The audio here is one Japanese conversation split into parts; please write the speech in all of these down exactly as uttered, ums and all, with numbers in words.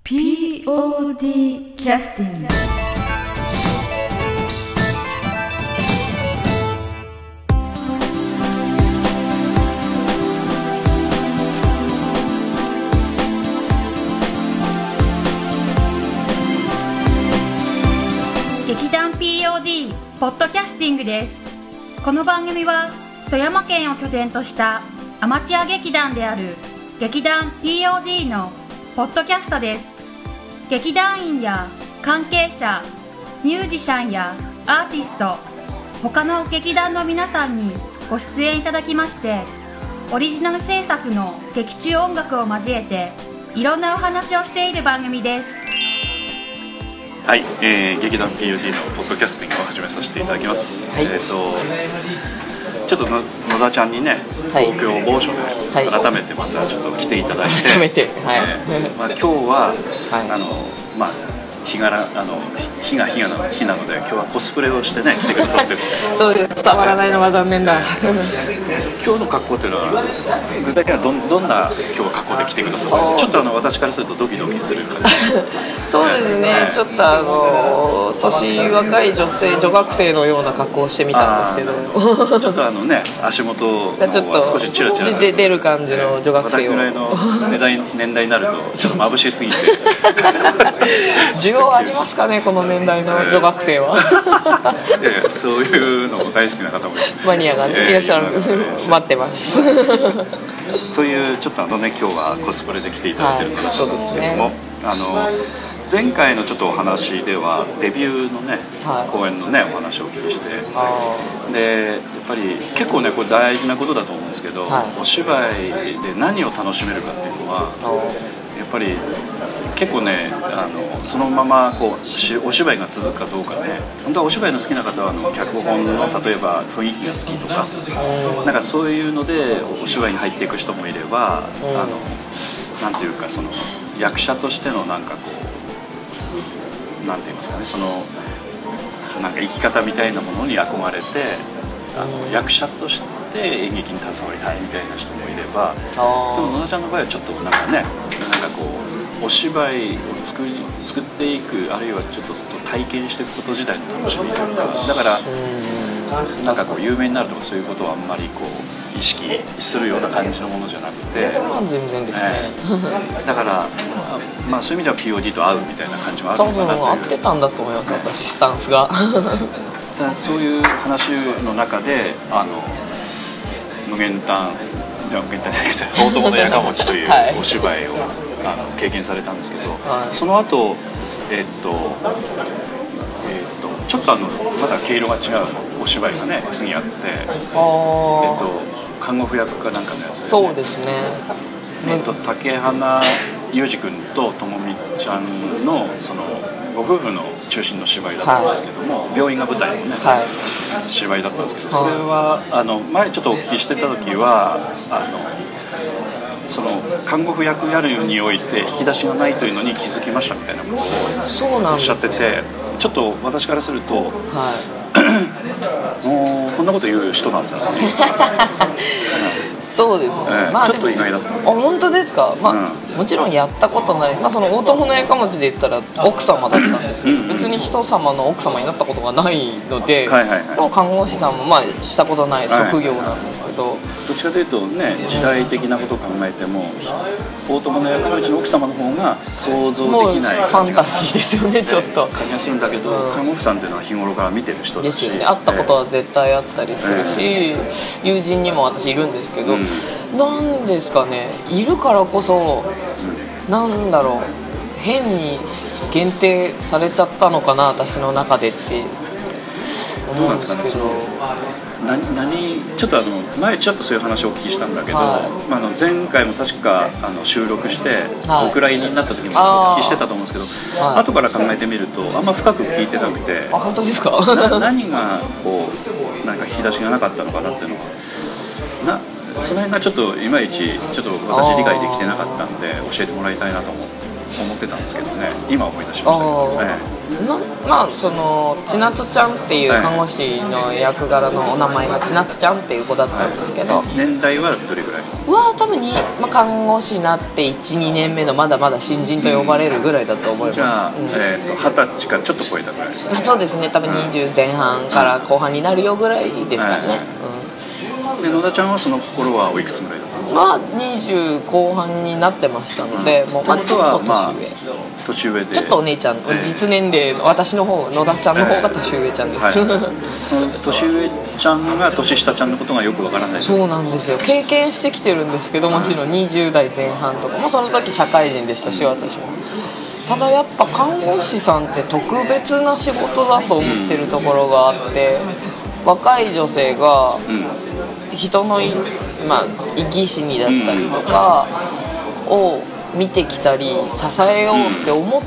ピーオーディー キャスティング。 劇団 ピーオーディー ポッドキャスティングです。この番組は富山県を拠点としたアマチュア劇団である劇団 ピーオーディー のポッドキャストです。劇団員や関係者、ミュージシャンやアーティスト、他の劇団の皆さんにご出演いただきまして、オリジナル制作の劇中音楽を交えていろんなお話をしている番組です。 はい、えー、劇団 ピーオーディー のポッドキャスティングを始めさせていただきます。はい、えーとちょっとの野田ちゃんにね、はい、東京某所で改めてまたちょっと来ていただいて、 改めて、はい、 えーまあ、今日は、はい、あのまあ日がなあの日が日がな日なので今日はコスプレをしてね来てくださってるそうです。伝わらないのが残念だ。 今日の格好というのは具体的には ど, どんな今日は格好で来てくださって、ちょっとあの私からするとドキドキする感じ。 そうですね、ちょっとあの年若い女性女学生のような格好をしてみたんですけど、 ちょっとあのね足元の方は少しチラチラで出る感じの女学生を、 私ぐらいの年代年代になるとちょっと眩しすぎて需要ありますかね、この年代の女学生は。 いやいや、そういうのも大好きな方もマニアが、ね、いらっしゃるんです。待ってます。 というちょっとあのね今日はコスプレで来ていただいてる形なんですけども、はい、あの前回のちょっとお話ではデビューのね、はい、公演のねお話をお聞きして、でやっぱり結構ねこれ大事なことだと思うんですけど、はい、お芝居で何を楽しめるかっていうのはやっぱり結構ねあのそのままこうお芝居が続くかどうかね、本当はお芝居の好きな方はあの脚本の例えば雰囲気が好きとかなんかそういうのでお芝居に入っていく人もいれば、あのなんていうかその役者としてのなんかこうなんて言いますかね、そのなんか生き方みたいなものに憧れてあの役者として演劇に携わりたいみたいな人もいれば、でも野田ちゃんの場合はちょっとなんかねなんかこうお芝居を作り作っていく、あるいはちょっと体験していくこと自体の楽しみというか、だからなんかこう有名になるとかそういうことはあんまりこう意識するような感じのものじゃなくて、 全然ですね、 えー、だからまあそういう意味では ピーオーディー と合うみたいな感じもあるのかなという。 多分合ってたんだと思います、私スタンスが。 だそういう話の中であの無限大無限大じゃなくて大友のやかもちというお芝居を、はい、あの経験されたんですけど、はい、その後えっとえっとちょっとあのまだ毛色が違うお芝居がね次あって、えっと看護婦役かなんかのやつで、ね、 そうですね、 えっと竹花裕二君とともみちゃんのそのご夫婦の中心の芝居だったんですけども、はい、病院が舞台のね、はい、芝居だったんですけど、それはあの前ちょっとお聞きしてた時はあのその看護婦役やるにおいて引き出しがないというのに気づきましたみたいなことをおっしゃってて、ちょっと私からすると、はい、もうこんなこと言う人なんだっていうそうですね、 えーまあ、ちょっと意外だったんですよ。 本当ですか、まあうん、もちろんやったことない、まあ、その大友のやかもちで言ったら奥様だったんですけど、うん、別に人様の奥様になったことがないので、はいはいはい、でも看護師さんもまあしたことない職業なんですけど、はいはい、 どっちかというとね時代的なことを考えても大友のやかもちの奥様の方が想像できない感じがファンタジーですよね、ちょっと感じがするんだけど、うん、看護婦さんっていうのは日頃から見てる人だし、 ですよね、会ったことは絶対あったりするし、えー、友人にも私いるんですけど、うん、なんですかね、いるからこそ、うん、なんだろう、変に限定されちゃったのかな私の中でって思うんですけど、どうなんですかね、その何何ちょっとあの前ちょっとそういう話をお聞きしたんだけど、はい、まあ、あの前回も確かあの収録して、はい、お蔵入りになった時もお聞きしてたと思うんですけど、はい、後から考えてみるとあんま深く聞いてなくて、 あ、本当ですか？ な何がこうなんか引き出しがなかったのかなっていうのはな、その辺がちょっといまいちちょっと私理解できてなかったんで教えてもらいたいなと思って思ってたんですけどね、今思い出しましたけどね。 なまあその千夏ちゃんっていう看護師の役柄のお名前が千夏ちゃんっていう子だったんですけど、 はい、年代はどれぐらいは多分に、まあ、看護師になって いち,に 年目のまだまだ新人と呼ばれるぐらいだと思います。 じゃあ、 うんえー、とはたちからちょっと超えたぐらいですか。 そうですね、多分にじゅう前半から後半になるよぐらいですかね、はいはい、 うん、で野田ちゃんはその頃はおいくつぐらいだったんですか。 まあにじゅう後半になってましたので、うん、もうまあちょっと年上、まあ、 年上でちょっとお姉ちゃん、えー、実年齢の私の方野田ちゃんの方が年上ちゃんです、えーはい、 その年上ちゃんが年下ちゃんのことがよくわからない。 そうなんですよ、経験してきてるんですけど、もちろんにじゅう代前半とかもその時社会人でしたし、私も。ただやっぱ看護師さんって特別な仕事だと思ってるところがあって、うん、若い女性が人の、まあ、生き死にだったりとかを見てきたり支えようって思って、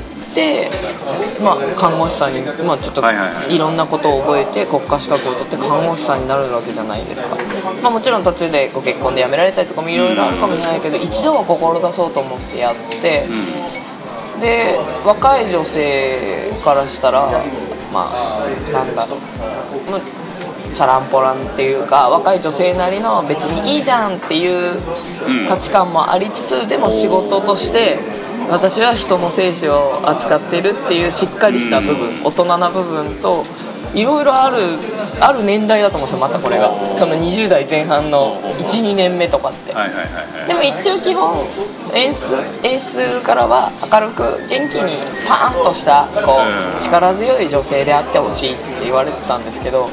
まあ、看護師さんに、まあ、ちょっといろんなことを覚えて国家資格を取って看護師さんになるわけじゃないですか、まあ、もちろん途中でご結婚で辞められたりとかもいろいろあるかもしれないけど、一度は志そうと思ってやって、で若い女性からしたらまあなんだろう、チャランポランっていうか若い女性なりの別にいいじゃんっていう価値観もありつつ、でも仕事として私は人の生死を扱ってるっていうしっかりした部分、大人な部分といろいろあるある年代だと思うんですよ。またこれがそのにじゅう代前半の いち,に 年目とかって、でも一応基本演出演出からは明るく元気にパーンとしたこう力強い女性であってほしいって言われてたんですけど、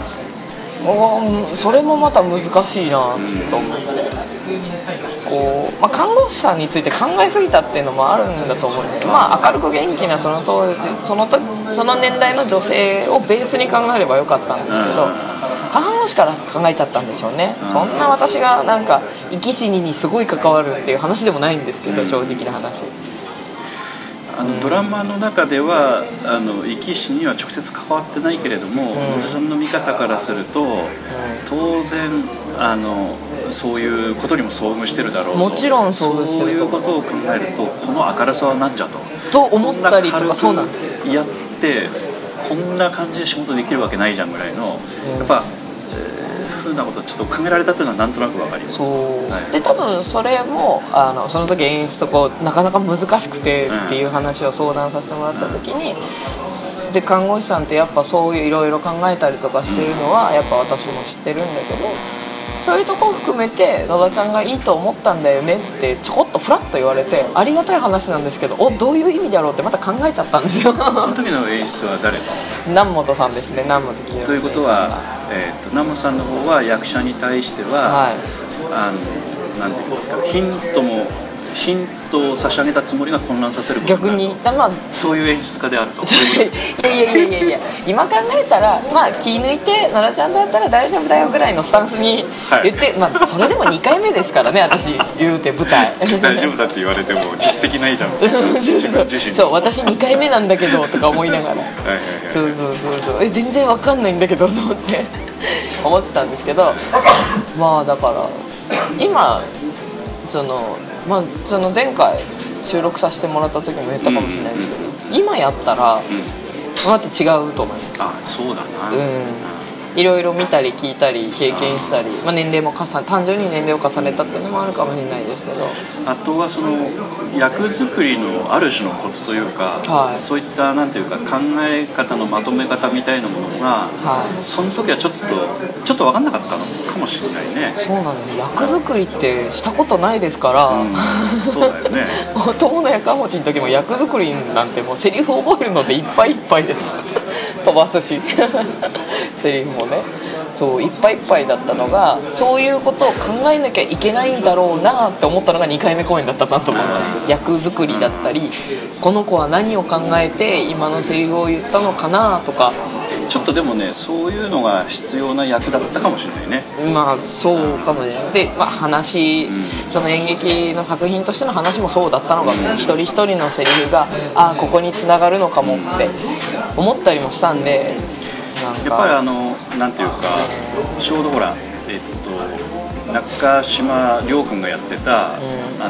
それもまた難しいなと思って、こう、まあ、看護師さんについて考えすぎたっていうのもあるんだと思うんですけど、まあ、明るく元気なその当時その時その年代の女性をベースに考えればよかったんですけど、看護師から考えちゃったんでしょうね。そんな私がなんか生き死ににすごい関わるっていう話でもないんですけど、正直な話。 あのドラマの中ではあの生き死には直接関わってないけれども、野田さんの見方からすると、うん、当然あのそういうことにも遭遇してるだろうと、 もちろん遭遇してると、 そういうことを考えるとこの明るさはなんじゃとと思ったりとか、そうなんですやってこんな感じで仕事できるわけないじゃんぐらいの、うん、やっぱふうなことをちょっと考えられたというのはなんとなく分かります。 そう、はい、で多分それもあのその時演出とこうなかなか難しくてっていう話を相談させてもらった時に、うん、で看護師さんってやっぱそういういろいろ考えたりとかしてるのはやっぱ私も知ってるんだけど、そういうところを含めて野田ちゃんがいいと思ったんだよねってちょこっとフラッと言われて、ありがたい話なんですけど、おどういう意味だろうってまた考えちゃったんですよ。その時の演出は誰なんですか。 南本さんですね。南本清美ということは、えー、と南本さんの方は役者に対しては、はい、あのなんて言いますか、ヒントもヒントを差し上げたつもりが混乱させること逆に、まあ、 そういう演出家であると。 いやいやいやいやいや今考えたら、まあ、気抜いて野田ちゃんだったら大丈夫だよぐらいのスタンスに言って、はい、まあ、それでもにかいめですからね私言うて舞台大丈夫だって言われても実績ないじゃん自分自身。 そう私にかいめなんだけどとか思いながらそうそうそうそう、え全然わかんないんだけどと思って思ってたんですけど、まあだから今そのまあ、その前回収録させてもらった時も言ったかもしれないですけど、うん、今やったら、うん、また違うと思います。 あ、そうだな、 うん、いろいろ見たり聞いたり経験したり、まあ、年齢も重ね単純に年齢を重ねたっていうのもあるかもしれないですけど、 あとはその役作りのある種のコツというか、はい、そういったなんていうか考え方のまとめ方みたいなものが、はい、その時はちょっとちょっと分かんなかったのかもしれないね。 そうなんです。役作りってしたことないですから、うん、 そうだよね。 友のやかもちの時も役作りなんてもうセリフ覚えるのでいっぱいいっぱいです飛ばすしセリフもね、そういっぱいいっぱいだったのが、そういうことを考えなきゃいけないんだろうなって思ったのがにかいめ公演だったなと思います。役作りだったり、この子は何を考えて今のセリフを言ったのかなとか、 ちょっとでもね、そういうのが必要な役だったかもしれないね。 まあそうかもしれない。で、まあ、話、うん、その演劇の作品としての話もそうだったのが、うん、一人一人のセリフがあここに繋がるのかもって思ったりもしたんで、なんかやっぱりあのなんていうか、ちょうどほら、えっと、中島亮君がやってた、うん、あの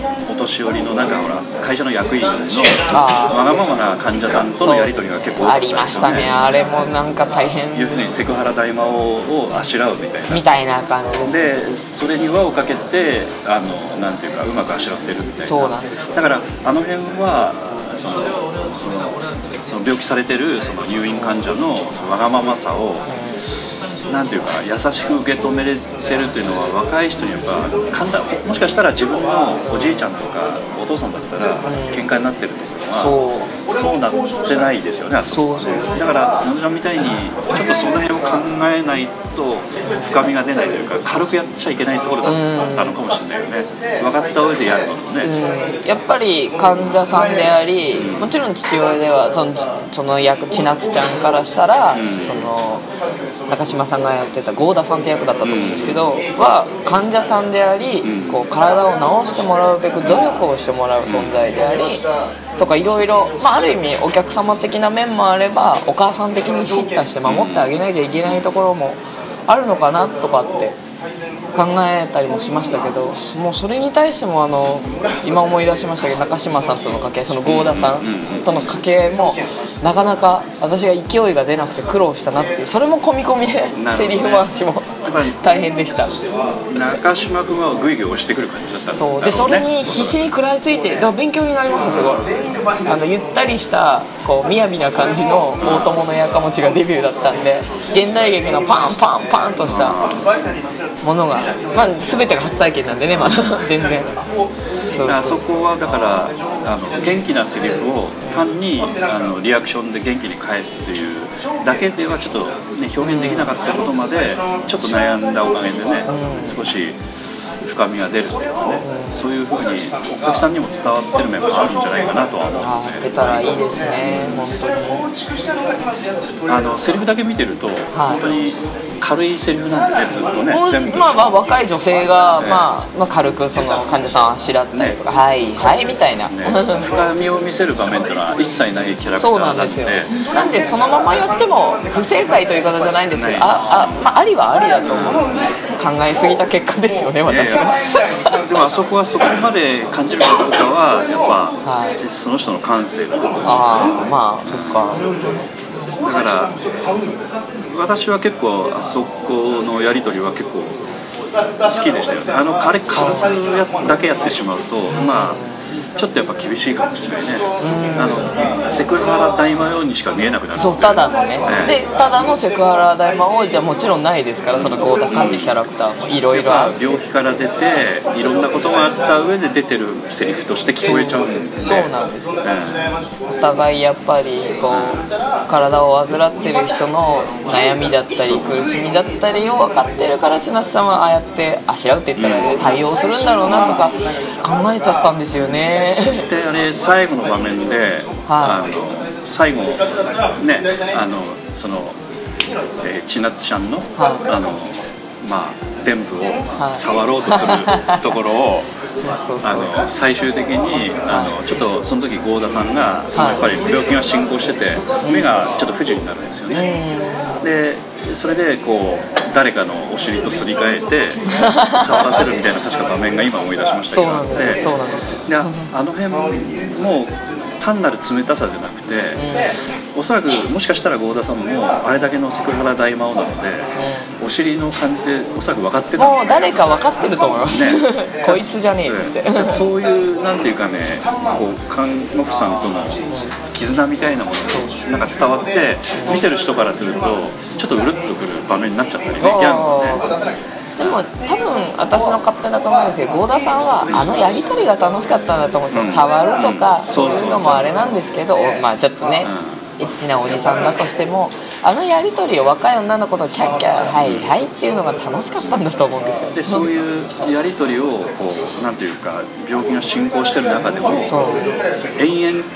お年寄りのなんかほら会社の役員のわがままな患者さんとのやり取りが結構多かったですよね。 ありましたね。あれもなんか大変。 要するにセクハラ大魔王をあしらうみたいなみたいな感じです。 でそれに輪をかけてあのなんていうかうまくあしらってるみたいな。 そうなんですよ。 だからあの辺はそのそのその病気されてるその入院患者のわがままさを、うん、なんていうか優しく受け止めれてるっていうのは若い人にやっぱ簡単もしかしたら自分のおじいちゃんとかお父さんだったら喧嘩になってるところは、うん、そうそうなってないですよね。あそこそうそうだから野田ちゃんみたいにちょっとその辺を考えないと深みが出ないというか軽くやっちゃいけないところだったのかもしれないよね。分かった上でやるのとね、 うん、やっぱり患者さんであり、もちろん父親ではその、その役千夏ちゃんからしたら、うん、その中島さんがやってた郷田さんって役だったと思うんですけど、うん、は患者さんであり、うん、こう体を治してもらうべく努力をしてもらう存在であり、うん、とかいろいろ、まあ、ある意味お客様的な面もあればお母さん的に叱咤して守ってあげなきゃいけないところもあるのかなとかって考えたりもしましたけど、もうそれに対してもあの今思い出しましたけど中島さんとの掛け合い、その郷田さんとの掛け合いもなかなか私が勢いが出なくて苦労したなっていう、それも込み込みでセリフ回しも大変でした。 中島君はグイグイ押してくる感じだったんだろうね。 そうでそれに必死に食らいついて、だから勉強になりました。すごいあのゆったりしたこう雅な感じの大友のやかもちがデビューだったんで、現代劇のパンパンパンとしたものが、まあ、全てが初体験なんでね、まだ全然そうあそこはだからあの元気なセリフを単にあのリアクションで元気に返すというだけではちょっと、ね、表現できなかったことまでちょっと悩んだおかげでね、うん、少し深みが出るというかね、うん、そういう風にお客さんにも伝わってる面もあるんじゃないかなとは思うので、 出たらいいですね。本当にあのセリフだけ見てると、はい、本当に軽いセリフなんでね、ずっとね全部、 まあ、まあ若い女性が、ねまあ、まあ軽くその患者さんをあしらったりとか、ね、はいはいみたいな、ね、 深みを見せる場面っていうのは一切ないキャラクターなんで、 そうなんですよ。なんでそのままやっても不正解という言い方じゃないんですけど、ああ、まあ、ありはありだと思う。考えすぎた結果ですよね、私は。 でもあそこはそこまで感じるかどうかはやっぱ、はい、その人の感性だと思う。 ああまあそっか。 だから私は結構あそこのやり取りは結構好きでしたよね。あの彼軽くだけやってしまうとまあちょっとやっぱ厳しいかもしれないね。あのセクハラ大魔王にしか見えなくなる。 そうただのね、ねでただのセクハラ大魔王じゃもちろんないですから、その郷田さんっていうキャラクターもいろいろある。 病気から出ていろんなことがあった上で出てるセリフとして聞こえちゃうんで、ね、 そうなんですよ、ね、お互いやっぱりこう体を患ってる人の悩みだったり苦しみだったりを分かってるから千夏さんはああやってあしらうって言ったら、ね、対応するんだろうなとか考えちゃったんですよね。 であれ最後の場面で、はい、あの最後ねあのその、えー、千夏ちゃんの、はい、あのまあ臀部を触ろうとするところをあの最終的にあのちょっとその時郷田さんがやっぱり病気が進行してて目がちょっと不自由になるんですよね。でそれでこう誰かのお尻とすり替えて触らせるみたいな確か場面が今思い出しましたけど、 そうなんですそうなんですであの辺も単なる冷たさじゃなくて、うん、おそらくもしかしたら郷田さんもあれだけのセクハラ大魔王なので、うん、お尻の感じでおそらく分かってたもう誰か分かってると思います、ね、こいつじゃねえっつって、 ね、そういうなんていうかねこう看護婦さんとの絆みたいなものがなんか伝わって見てる人からするとちょっとうるっとくる場面になっちゃったりね、ギャンがね。 でも多分私の勝手だと思うんですけど、郷田さんはあのやり取りが楽しかったんだと思うんですよ、うん、触るとか、うん、そういうのもあれなんですけど、まあちょっとね、うん、エッチなおじさんだとしてもあのやり取りを若い女の子とキャッキャはいはいっていうのが楽しかったんだと思うんですよ。 でそういうやり取りをこうなんていうか病気が進行してる中でも延々と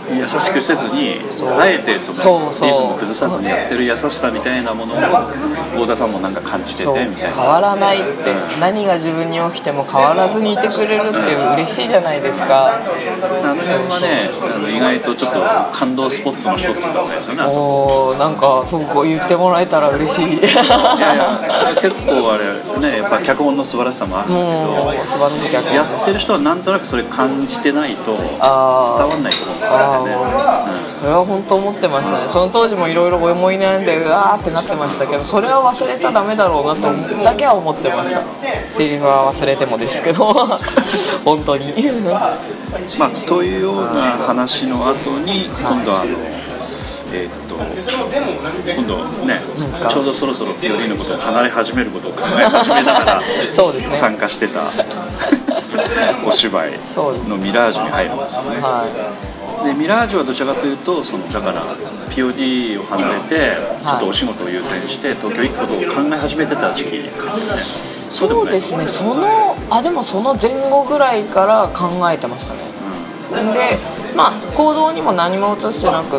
優しくせずにあえてそのリズム崩さずにやってる優しさみたいなものを合田さんもなんか感じててみたいな。 変わらないって、うん、何が自分に起きても変わらずにいてくれるっていう嬉しいじゃないですか。 あの辺はね、あの意外とちょっと感動スポットの一つだったですよね。 おなんかそうこう言ってもらえたら嬉しい。いやいや結構あれね、やっぱ脚本の素晴らしさもあるんだけど、やってる人はなんとなくそれ感じてないと伝わんないと思うんだよね。 それは本当思ってましたね。その当時もいろいろ思い悩んでうわーってなってましたけど、それは忘れちゃダメだろうなとだけは思ってました。セリフは忘れてもですけど本当にまあというような話の後に今度はあのえー、っと今度ねちょうどそろそろ ピーオーディー のことを離れ始めることを考え始めながらそうですね、 参加してたお芝居のミラージュに入るんですよね。でミラージュはどちらかというとそのだから ピーオーディー を離れてちょっとお仕事を優先して東京行くことを考え始めてた時期ですよね。 そうですね、そのあでもその前後ぐらいから考えてましたね、うん、でまあ行動にも何も移してなくって、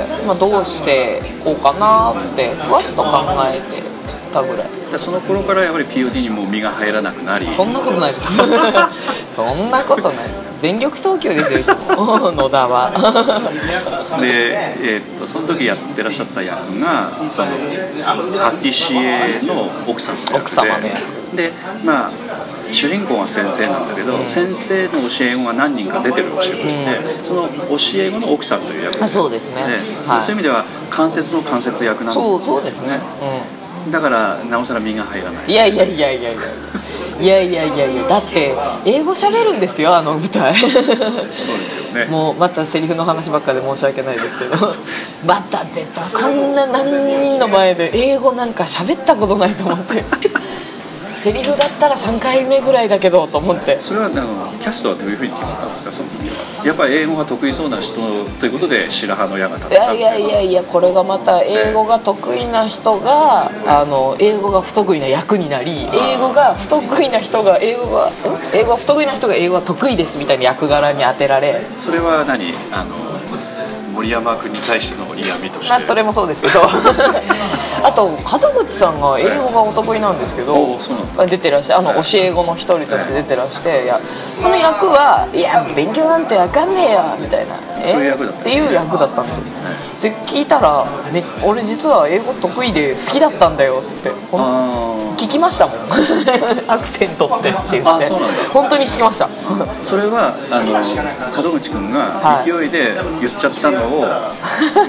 まあ、どうしてこうかなってふわっと考えてたぐらいでその頃からやはり ピーオーディー にも身が入らなくなり。 そんなことないですそんなことない、全力投球ですよ野田はで、えー、っとその時やってらっしゃった役がそのパティシエの奥さんの役で、 奥様の役でまあ主人公は先生なんだけど、うん、先生の教え子が何人か出てるお仕事で、うん、その教え子の奥さんという役で、 そうですね、 はい、そういう意味では間接の間接役なんですよね。 そうそうですね、 うん、だからなおさら身が入らない。 いやいやいやいやいやいやいやいやいやだって英語喋るんですよあの舞台そうですよね。 もうまたセリフの話ばっかで申し訳ないですけどまた出たこんな何人の前で英語なんか喋ったことないと思ってセリフだったらさんかいめぐらいだけどと思って。 それはあのキャストはどういうふうに決まったんですかその時は。やっぱり英語が得意そうな人ということで白羽の矢が立った。 いやいやいやいやこれがまた英語が得意な人が、えー、あの英語が不得意な役になり、英語が不得意な人が英語が英語が不得意な人が英語が得意ですみたいな役柄に当てられ。 それは何あの森山君に対しての嫌味として、 まあ、それもそうですけどあと門口さんが英語がお得意なんですけど、 はい、 出てらっしゃあの教え子の一人として出てらして、はい、いやその役はいや勉強なんて分かんねえよみたいなそういう役だったんですよ、 っていう役だったんですよ、はい、で聞いたらめ俺実は英語得意で好きだったんだよって言って聞きましたもんアクセントってって言ってあそうなんだ本当に聞きましたそれはあの門口君が勢いで言っちゃったのを、はい、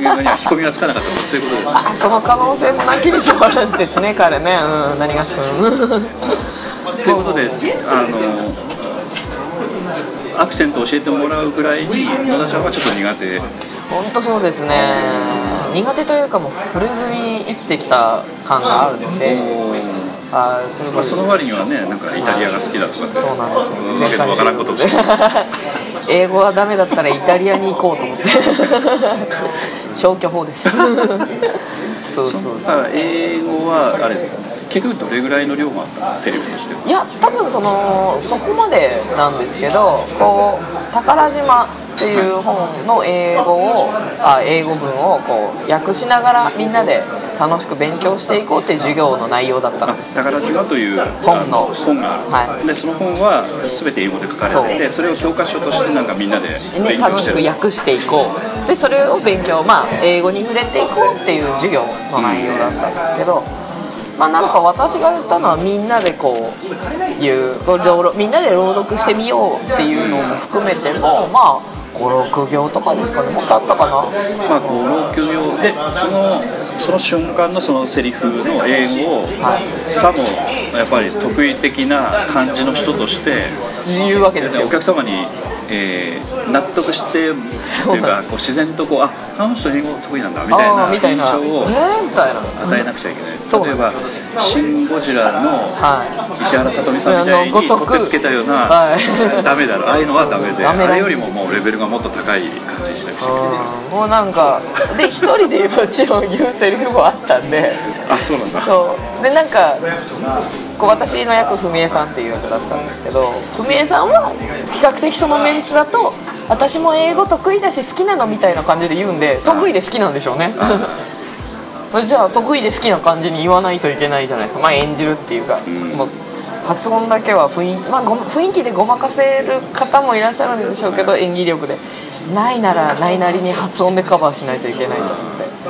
言うのには仕込みがつかなかったとかそういうことであその可能性もなきにしもあらずですね彼ね、うん、何がし君ということであのアクセントを教えてもらうぐらいに野田ちゃんはちょっと苦手。 本当そうですね苦手というかもう触れずに生きてきた感があるのであそれまあ、その割にはねなんかイタリアが好きだとかってそうなんですよねわけのわからんことをして英語はダメだったらイタリアに行こうと思って消去法ですそうそうそう英語はあれ結局どれぐらいの量があったのセリフとしては。 いや多分そのそこまでなんですけどこう宝島っていう本の英語をあ英語文をこう訳しながらみんなで楽しく勉強していこうっていう授業の内容だったんです。 宝島という本の本がある、はい、でその本は全て英語で書かれてて そ, それを教科書としてなんかみんなで勉強してる、 ね、楽しく訳していこうでそれを勉強、まあ、英語に触れていこうっていう授業の内容だったんですけど、まあ、なんか私が言ったのはみんなでこういうみんなで朗読してみようっていうのも含めてもまあご、ろく行とかですかねもっとあったかな、 まあ、ご、ろく行でそのその瞬間のそのセリフの英語を、はい、さもやっぱり得意的な感じの人として言うわけですよ。 お客様にえー、納得してっていうかこう自然とこうああの人英語得意なんだみたいな印象を与えなくちゃいけない、えー、例えば「シン・ゴジラ」の石原さとみさんみたいに取ってつけたような、はい、ダメだろああいうのはダメであれよりももうレベルがもっと高い感じにしなくちゃいけない。 もうなんかで一人でもちろん言うセリフもあったんであそうなんだそうでなんかこう私の役文江さんっていう役だったんですけど文江さんは比較的そのメンツだと私も英語得意だし好きなのみたいな感じで言うんで、得意で好きなんでしょうねじゃあ得意で好きな感じに言わないといけないじゃないですか、まあ、演じるっていうか、うん、もう発音だけは雰囲気、まあ、ご雰囲気でごまかせる方もいらっしゃるんでしょうけど、演技力でないならないなりに発音でカバーしないといけないと思って、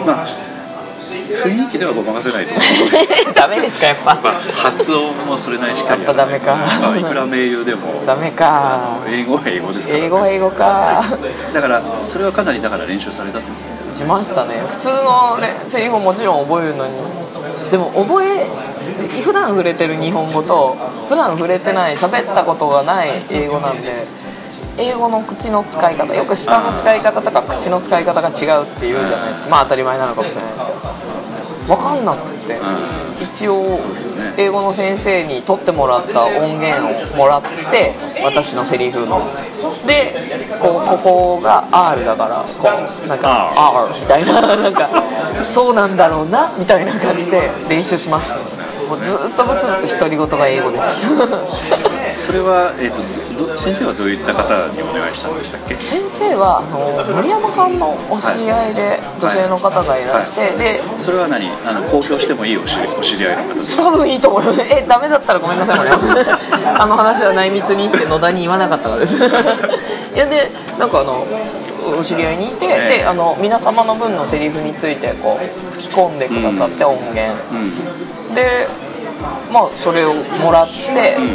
まあ、雰囲気ではごまかせないと思うダメですかやっぱ、まあ、 発音もそれなりしかりやらない、 やっぱダメか、 まあ、いくら名優でもダメか、 英語は英語ですから、ね、 英語は英語かだからそれはかなりだから練習されたってことですよね。 しましたね。普通の、ね、セリフをもちろん覚えるのに、でも覚え普段触れてる日本語と普段触れてない喋ったことがない英語なんで、英語の口の使い方、よく舌の使い方とか口の使い方が違うっていうじゃないですか。まあ当たり前なのかもしれないですけど、分かんなくて、一応英語の先生に取ってもらった音源をもらって、私のセリフので、こうここが R だからこうなんか R みたいな、なんかそうなんだろうなみたいな感じで練習しました。もうずっとぶつぶつ独り言が英語ですそれは、えー、と先生はどういった方にお願いしたんでしたっけ？ 先生はあの森山さんのお知り合いで女性の方がいらして、はいはいはい、でそれは何あの公表してもいいお知り、お知り合いの方ですか？ 多分いいと思います。えダメだったらごめんなさいこれあの話は内密にって野田に言わなかったからですいやでなんかあのお知り合いにいて、ね、であの皆様の分のセリフについてこう吹き込んでくださって、うん、音源、うん、でまあそれをもらって、うん、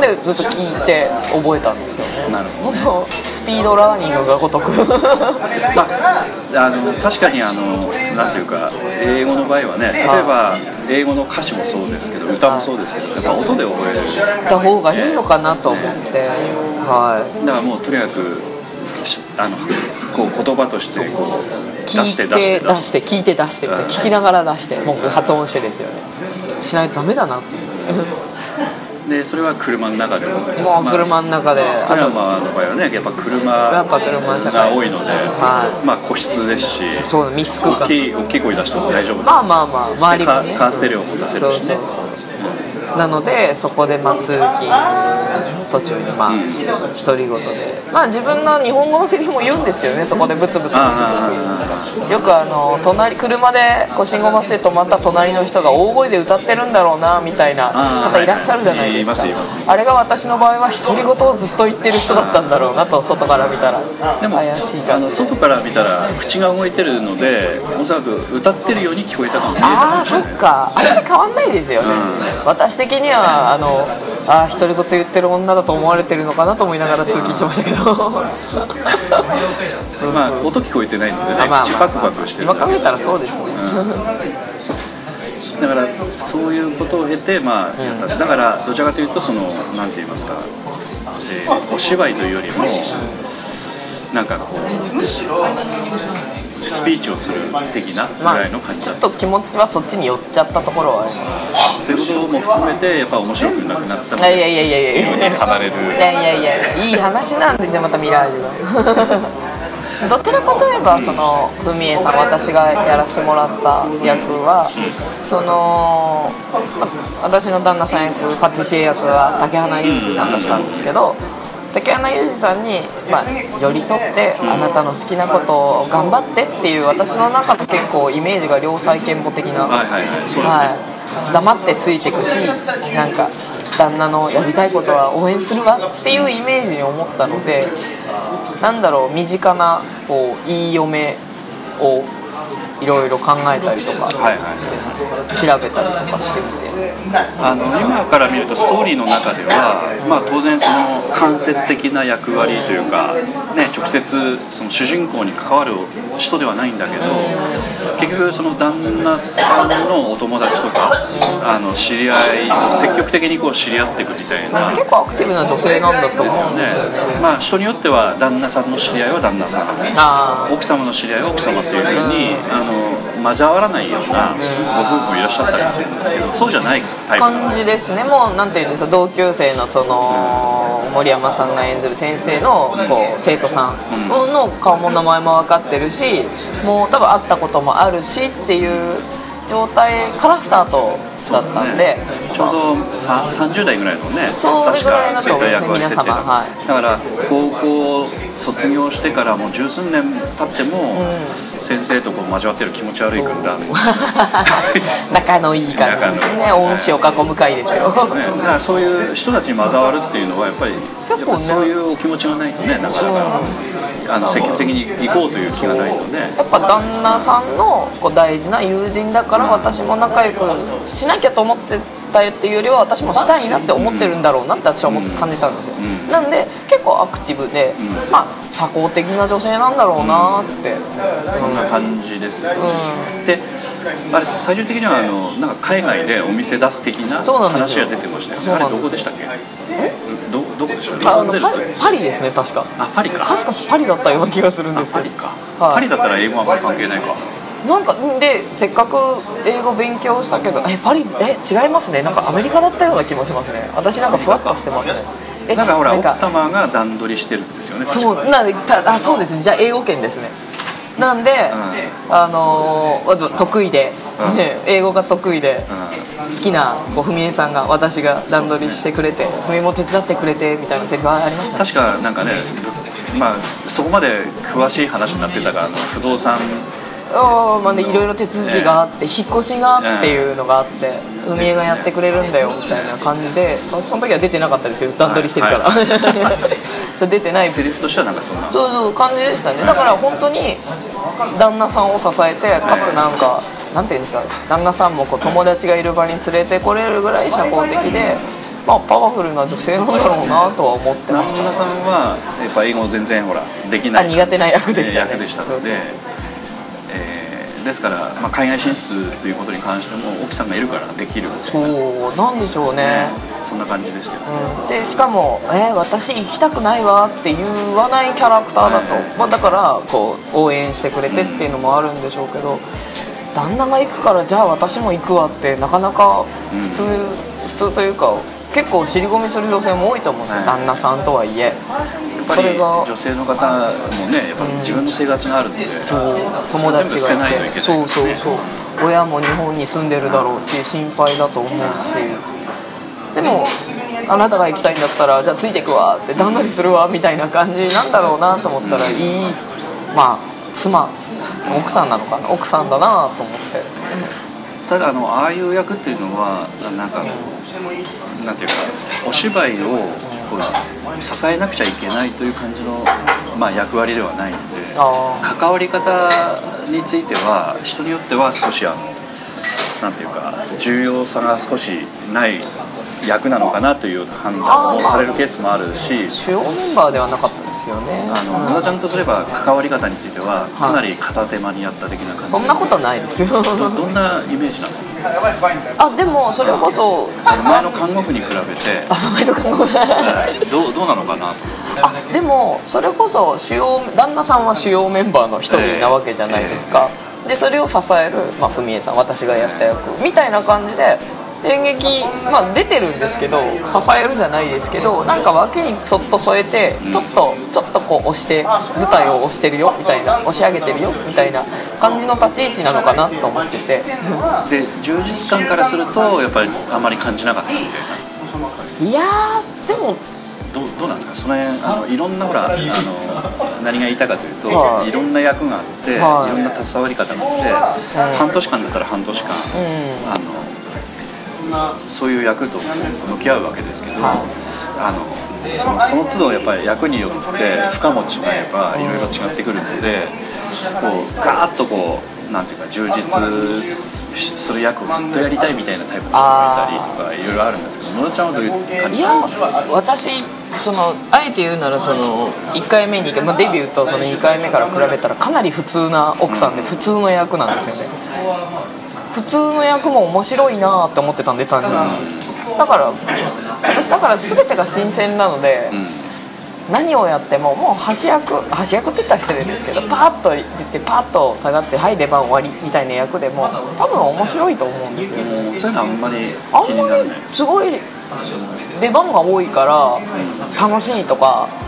でずっと聞いて覚えたんですよね。 なるほどね。 本当スピードラーニングがごとくまあ、あの確かにあのなんていうか英語の場合はね、例えば英語の歌詞もそうですけど歌もそうですけど、やっぱ音で覚えるた方がいいのかなと思って、はい、 だからもうとにかくあのこう言葉としてこう出して出して出して聞いて出してみたいな、聞きながら出してもう発音してですよね、しないとダメだなって思ってでそれは車の中でももう車の中で、まあ、 富山の場合はねやっぱ車が多いので、はい、まあ個室ですし、 そうミス空間、 大きい大きい声出しても大丈夫、 まあまあまあ周りもねカーステレオも出せるしね、そうそうそう、うん、なのでそこでまあ通勤途中にまあ、うん、独り言でまあ自分の日本語のセリフも言うんですけどね、そこでブツブツブツブツよくあの隣車でこう信号待ちで止まった隣の人が大声で歌ってるんだろうなみたいな方いらっしゃるじゃないですか。あれが私の場合は独り言をずっと言ってる人だったんだろうなと、外から見たら。 でも怪しいかあの外から見たら口が動いてるのでおそらく歌ってるように聞こえたかもしれない。 ああそっか、あれ変わんないですよね、うん、私的にはあのあ独り言言ってる女だと思われてるのかなと思いながら通勤してましたけどまあ音聞こえてないのでね、まあ、口パクパクしてる、 今考えたらそうですね、 うん、だからそういうことを経て、まあ、やった、うん、だからどちらかというとそのなんて言いますか、えー、お芝居というよりもなんかこうスピーチをする的なぐらいの感じだった、 まあ、ちょっと気持ちはそっちに寄っちゃったところはありますということも含めてやっぱ面白くなくなったので、 いやいやいやいやいや離れるいやいやいやいい話なんですよ、またミラージュがどちらかといえばその文江さん、私がやらせてもらった役は、その私の旦那さん役パティシエ役が竹花裕二さんだったんですけど、竹花裕二さんに、まあ、寄り添ってあなたの好きなことを頑張ってっていう私の中の結構イメージが良妻賢母的な、はいはいはいそうだね、はい、黙ってついてくし、なんか旦那のやりたいことは応援するわっていうイメージに思ったので、なんだろう、身近なこういい嫁をいろいろ考えたりとか、はいはい、調べたりとかしてみて、 あの今から見るとストーリーの中では、まあ、当然その間接的な役割というか、ね、直接その主人公に関わる人ではないんだけど、結局その旦那さんのお友達とかあの知り合い積極的にこう知り合っていくみたいな、 結構アクティブな女性なんだと思うんですよね。 まあ、人によっては旦那さんの知り合いは旦那さん、奥様の知り合いは奥様っていうふうにあの交わらないようなご夫婦もいらっしゃったりするんですけど、そうじゃないタイプなんです感じですね。もうなんていうんですか、同級生のその森山さんが演ずる先生のこう生徒さんの顔も名前も分かってるし、もう多分会ったこともあるしっていう状態からスタートだったんで、ね、 ちょうどさんじゅう代ぐらいのね、 確かそういう役割設定だ、 はい、だから高校卒業してからもう十数年経っても、うん、先生とこう交わってる気持ち悪い軍団仲のいい感じですね、恩師を囲む会ですよ、 ね、だからそういう人たちに混ざわるっていうのはやっぱり、やっぱそういうお気持ちがないとね、なかなかあの積極的に行こうという気がないとね。 やっぱ旦那さんのこう大事な友人だから私も仲良くしなきゃと思ってたっていうよりは私もしたいなって思ってるんだろうなって私は思って感じたんですよ、うん、なんで結構アクティブで、うん、まあ社交的な女性なんだろうなって、 うん、そんな感じですよね、うん、であれ最終的にはあのなんか海外でお店出す的な話が出てましたよね。あれどこでしたっけ？ど, どこでしょう？ロサンゼルス？ パリですね、確か。 あ、パリか。 確かパリだったような気がするんですけど。 パリか、はい、パリだったら英語は関係ないか。 なんかでせっかく英語勉強したけど、えパリえ違いますね、なんかアメリカだったような気もしますね。私なんかふわっとしてますね。 えなんかほら奥様が段取りしてるんですよね。 そうなんであそうですね、じゃあ英語圏ですね。なんで、うん、あのー、得意で、うんね、英語が得意で、うん、好きなこう文江さんが私が段取りしてくれて、ね、文江も手伝ってくれてみたいなセリフがありました、ね、 確かなんかね、まあ、そこまで詳しい話になってたから不動産あまあね、いろいろ手続きがあって、ね、引っ越しがっていうのがあって、海江がやってくれるんだよみたいな感じで、まあ、その時は出てなかったですけど段取りしてるから、はいはい、出てないセリフとしてはなんかそんなそうそう感じでしたね。だから本当に旦那さんを支えて、かつなんかなんていうんですか、旦那さんもこう友達がいる場に連れてこれるぐらい社交的で、まあ、パワフルな女性なんだろうなとは思ってます。 旦那さんはやっぱ英語全然ほらできないあ苦手な役でした、ね、 役でしたので、ですから、まあ、海外進出ということに関しても奥さんがいるからできる。 そうなんでしょうね、ねそんな感じですよ、 うん、でしかも、えー、私行きたくないわって言わないキャラクターだと、はいまあ、だからこう応援してくれてっていうのもあるんでしょうけど、うん、旦那が行くからじゃあ私も行くわってなかなか普通、うん、普通というか結構尻込みする女性も多いと思うんですよ、はい、旦那さんとはいえ。 やっぱり女性の方もねやっぱ自分の生活があるので、うん、そう友達がいて、 ないといけない、ね、 そうそうそう親も日本に住んでるだろうし心配だと思うし、でもあなたが行きたいんだったらじゃあついてくわって段取りするわみたいな感じなんだろうなと思ったら、いいまあ妻奥さんなのかな奥さんだなと思って。 ただあのああいう役っていうのはなんかなんていうかお芝居をこう支えなくちゃいけないという感じの、まあ、役割ではないので、関わり方については人によっては少しあのなんていうか重要さが少しない役なのかなという判断をされるケースもあるし、 主要メンバーではなかったですよね。 あの野田ちゃんとすれば関わり方についてはかなり片手間にやった的な感じです。 そんなことないですよ。 ど, どんなイメージなの？ あでもそれこそ前の看護婦に比べて前の看護婦ど, うどうなのかなと。 あでもそれこそ主要旦那さんは主要メンバーの一人なわけじゃないですか、えーえー、でそれを支える、まあ、文江さん私がやった役みたいな感じで演劇、まあ、出てるんですけど支えるじゃないですけどなんか脇にそっと添えてちょっとちょっとこう押して舞台を押してるよみたいな押し上げてるよみたいな感じの立ち位置なのかなと思っててで充実感からするとやっぱりあまり感じなかったみたいな。いやーでもど う, どうなんですかその辺あのいろんなほらあの何が言いたいかというと、はい、いろんな役があって、はい、いろんな携わり方があって、はい、半年間だったら半年間、うん、あのそういう役と向き合うわけですけど、はい、あの そ, のその都度やっぱり役によって負荷も違えばいろいろ違ってくるのでこうガーッとこうなんていうか充実する役をずっとやりたいみたいなタイプの人がいたりとかいろいろあるんですけど、野田ちゃんはどういう感じ？いや私そのあえて言うならそのいっかいめに、まあ、デビューとそのにかいめから比べたらかなり普通な奥さんで普通の役なんですよね。普通の役も面白いなって思ってたんで単純にだから私だから全てが新鮮なので、うん、何をやってももう端役端役って言ったら失礼ですけどパーッと出てパーッと下がってはい出番終わりみたいな役でも多分面白いと思うんですよ、 うん、そういうのはあんまり気にならない。 すごい出番が多いから楽しいとか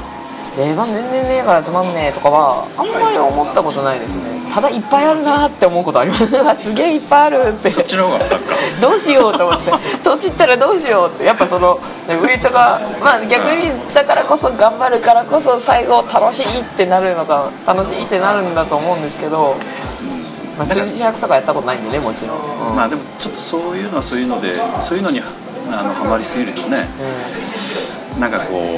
出番全然ねえからつまんねえとかはあんまり思ったことないですね。ただいっぱいあるなって思うことありますすげえいっぱいあるってそっちの方が負担かどうしようと思ってそっち行ったらどうしようってやっぱそのウエイトがまあ逆にだからこそ頑張るからこそ最後楽しいってなるのか楽しいってなるんだと思うんですけど、まあ、数字役とかやったことないんでねもちろん、うん、 まあでもちょっとそういうのはそういうのでそういうのにあのハマりすぎるとね、うん、なんかこう、うん、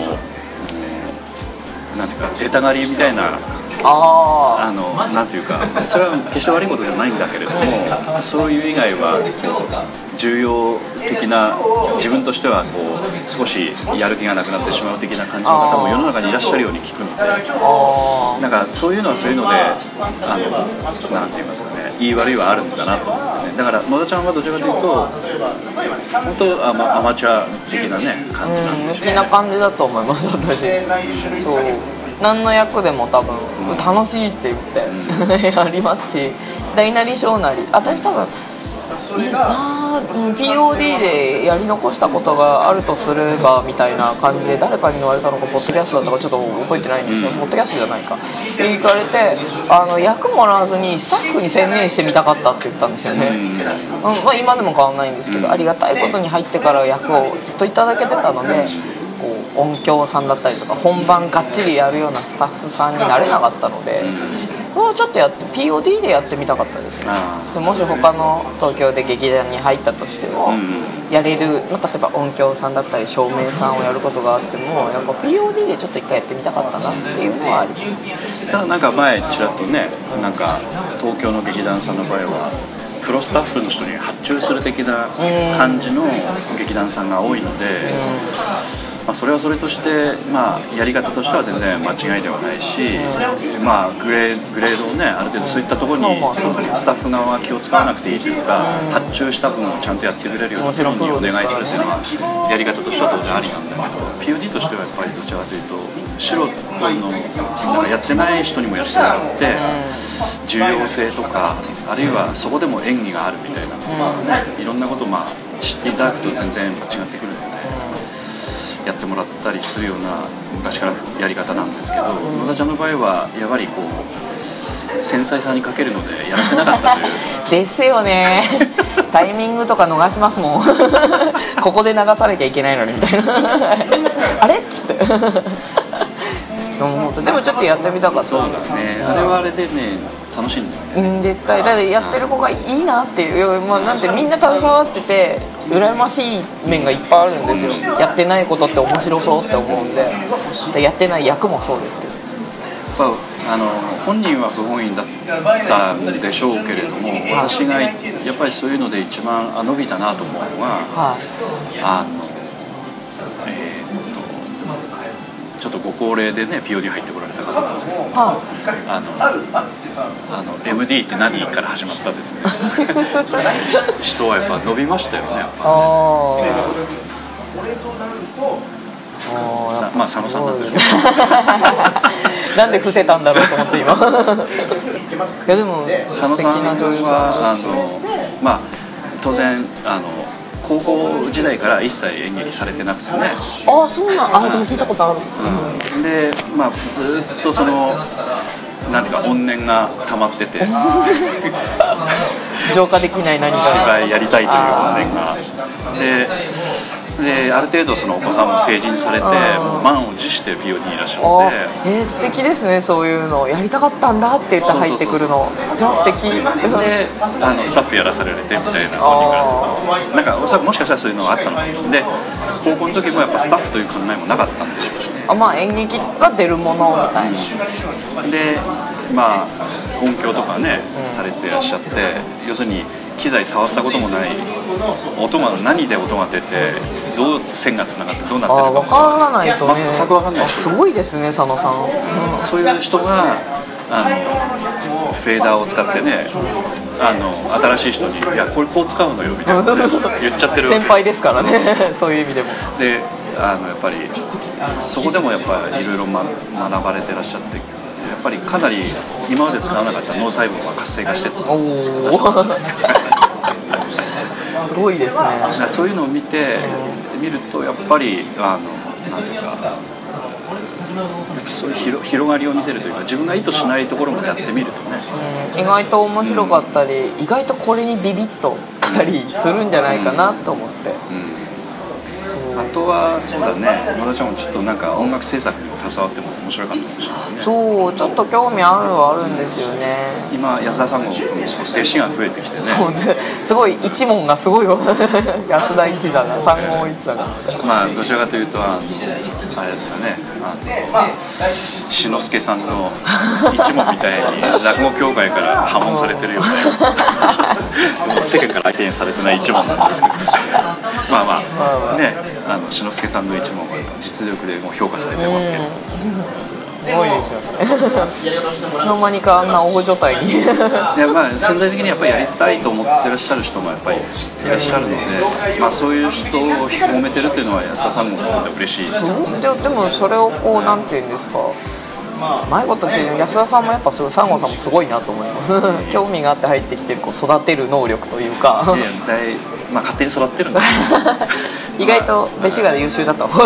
なんていうか出たがりみたいなああのなんていうかそれは決して悪いことじゃないんだけれどもそういう以外はこう重要的な自分としてはこう少しやる気がなくなってしまう的な感じの方も世の中にいらっしゃるように聞くのでなんかそういうのはそういうのであのなんて言いますかね言い悪いはあるんだなと思ってねだから野田ちゃんはどちらかというと本当アマ、アマチュア的なね感じなんでしょうね。 好きな感じだと思います私。そう何の役でも多分楽しいって言って、うん、やりますし大なり小なり私多分な ピーオーディー でやり残したことがあるとすればみたいな感じで誰かに言われたのかポッドキャストだったかちょっと覚えてないんですけど、うん、ポッドキャストじゃないかって聞かれてあの役もらわずにスタッフに専念してみたかったって言ったんですよね、うんうんまあ、今でも変わらないんですけどありがたいことに入ってから役をずっといただけてたのでこう音響さんだったりとか本番がっちりやるようなスタッフさんになれなかったので、うん、ちょっとやって ピーオーディー でやってみたかったですね。もし他の東京で劇団に入ったとしても、うん、やれる、まあ、例えば音響さんだったり照明さんをやることがあってもやっぱ ピーオーディー でちょっと一回やってみたかったなっていうのはあります。 ただなんか前ちらっとねなんか東京の劇団さんの場合はプロスタッフの人に発注する的な感じの劇団さんが多いので、まあ、それはそれとして、まあ、やり方としては全然間違いではないし、まあ、グレー、グレードをねある程度そういったところにそのスタッフ側は気を使わなくていいというか発注した分をちゃんとやってくれるようなところにお願いするっていうのはやり方としては当然ありなんだけど ピーオーディー としてはやっぱりどちらかというと素人のなんかやってない人にもやってもらって重要性とかあるいはそこでも演技があるみたいなことが、ね、いろんなことをまあ知っていただくと全然違ってくるのでやってもらったりするような昔からやり方なんですけど野田ちゃんの場合はやはりこう繊細さに欠けるのでやらせなかったというですよねタイミングとか逃しますもんここで流さなきゃいけないのにみたいなあれっつってでもちょっとやってみたかった。 そうだねあれはあれでね楽しいんだよね、 うん、絶対だってやってる子がいいなっていう、まあ、なんてみんな携わってて羨ましい面がいっぱいあるんですよ。やってないことって面白そうって思うんで、でやってない役もそうですけどやっぱあの本人は不本意だったんでしょうけれども、はい、私がやっぱりそういうので一番あ伸びたなと思うのは、はい、あのえー、っとちょっとご高齢でね ピーオーディー 入ってこられた方なんですけど、はい、あのあの エムディー って何から始まったんですね人はやっぱ伸びましたよねやっぱね。あさまあ佐野さんなんでしょうなんで伏せたんだろうと思って今いやでも佐野さんはあの、まあ、当然あの高校時代から一切演劇されてなくてねああそうなんあでも聞いたことある、 うん、で、まあ、ずっとそのなんていうか怨念が溜まってて浄化できない何か芝居やりたいという怨念がでである程度そのお子さんも成人されてもう満を持して ピーオーディー にいらっしゃってえー、素敵ですねそういうのやりたかったんだって言って入ってくるのじゃあ素敵であのスタッフやらされてみたいな本人からするとなんかおそらくもしかしたらそういうのがあったのかもしれないで高校の時もやっぱスタッフという考えもなかったんでしょうしねあまあ演劇が出るものみたいな、 うん、でまあ音響とかね、うん、されてらっしゃって要するに機材触ったこともない音が何で音が出てどう線がつながってどうなってるか分からないとね全く分かんないすごいですね佐野さん、 うん、そういう人があのフェーダーを使ってねあの新しい人に「いやこれこう使うのよ」みたいな言っちゃってるわけ先輩ですからねそういう意味でもであのやっぱりそこでもやっぱりいろいろ学ばれてらっしゃってやっぱりかなり今まで使わなかった脳細胞が活性化してるすごいですねそういうのを見て見るとやっぱりあのなんていうかそういう 広, 広がりを見せるというか、自分が意図しないところもやってみるとね、 うん、意外と面白かったり、うん、意外とこれにビビッときたりするんじゃないかなと思って、うんうんあとはそうだね、野田ちゃんもちょっとなんか音楽制作にも携わっても面白かったかもしれないね。 そうちょっと興味あるはあるんですよね。 今安田さんも弟子が増えてきてね、 そうですごい一門がすごいよ安田一座が三号一座がまあどちらかというとあのあれですかね、あの志の輔さんの一門みたいに落語協会から破門されてるような世間から相手にされてない一門なんですけどまあまあね、あの志の輔さんの一門は実力でもう評価されてますけど、 すごいですよねいつの間にかあんな大所帯にいやまあ潜在的にやっぱりやりたいと思ってらっしゃる人もやっぱりいらっしゃるので、まあ、そういう人を引き込めてるっていうのは安田さんもとても嬉しい。 で, でもそれをこうなんていうんですか、前ことして安田さんもやっぱすごい、西郷さんもすごいなと思います興味があって入ってきてるこう育てる能力というか、いや大、まあ、勝手に育ってるんだ意外と弟子が優秀だとだ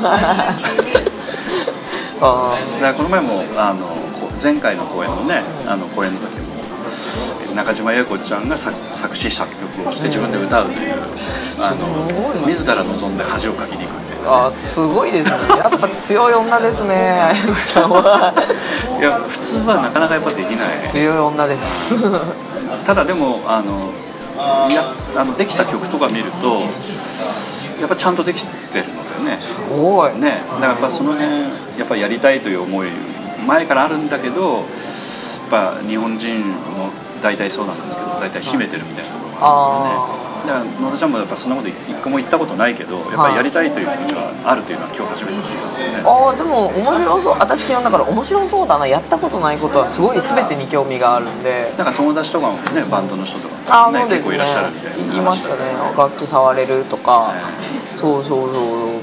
からこの前もあの前回の公演のね、あの公演の時も中島裕子ちゃんが 作, 作詞作曲をして自分で歌うという、あの自ら望んで恥をかきに行くみたいな、 あすごいですねやっぱ強い女ですね裕子ちゃんはいや普通はなかなかやっぱできない強い女ですただでもあのいやあのできた曲とか見るとやっぱちゃんとできてるのだよね。 すごいね、だからやっぱその辺やっぱやりたいという思い前からあるんだけど、やっぱ日本人も大体そうなんですけど大体秘めてるみたいなところがあるのでね。だから野田ちゃんもやっぱそんなこと一個も言ったことないけど、やっぱりやりたいという気持ちはあるというのは今日初めて聞いたのでね。 ああでも面白そう、私基本だから面白そうだな、やったことないことはすごい全てに興味があるんで、 なんか友達とかもねバンドの人とかね、結構いらっしゃるみたいな言いましたね、楽器触れるとか、えー、そうそうそう、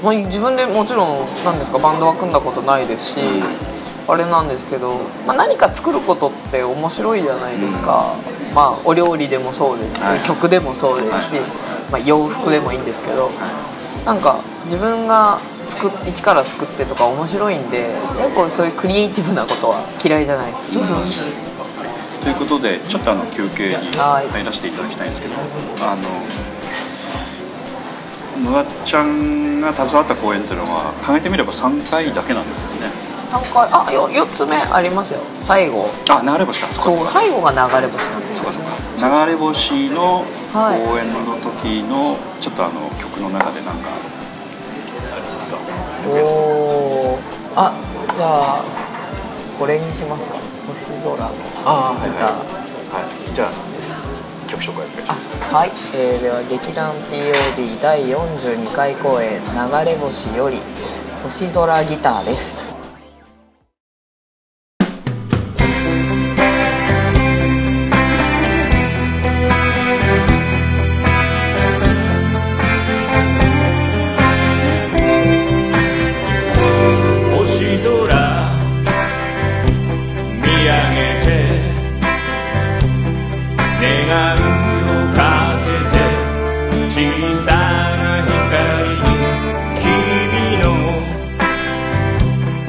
まあ、自分でもちろんなんですかバンドは組んだことないですし、うん、あれなんですけど、まあ、何か作ることって面白いじゃないですか、うん、まあお料理でもそうですし、はい、曲でもそうですし、はい、まあ、洋服でもいいんですけど、なんか自分が作っ一から作ってとか面白いんで、結構そういうクリエイティブなことは嫌いじゃないです、うん、 ということでちょっとあの休憩に入らせていただきたいんですけど、あの野田ちゃんが携わった公演というのは考えてみればさんかいだけなんですよね。 さんかい、あ、よよっつめありますよ。最後、 あ、流れ星か、そそう最後が流れ星なんですよ、ね、 そうかそうか、流れ星の公演の時のちょっとあの曲の中で何かあれですか。 おー、あ、じゃあこれにしますか、星空の。 あー、はいはい、はい、じゃあ曲紹介お願いします。 はい、えー、では劇団 ピーオーディー だいよんじゅうにかい公演流れ星より星空ギターです。 「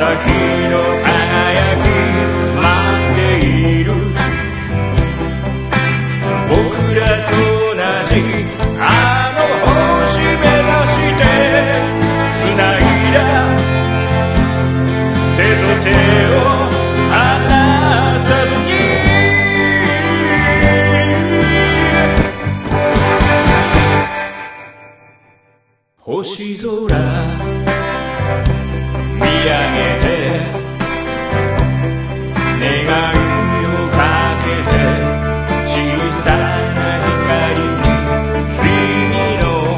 朝日の輝き待っている僕らと同じあの星目指して繋いだ手と手を離さずに星空見上げて願いをかけて小さな光に君の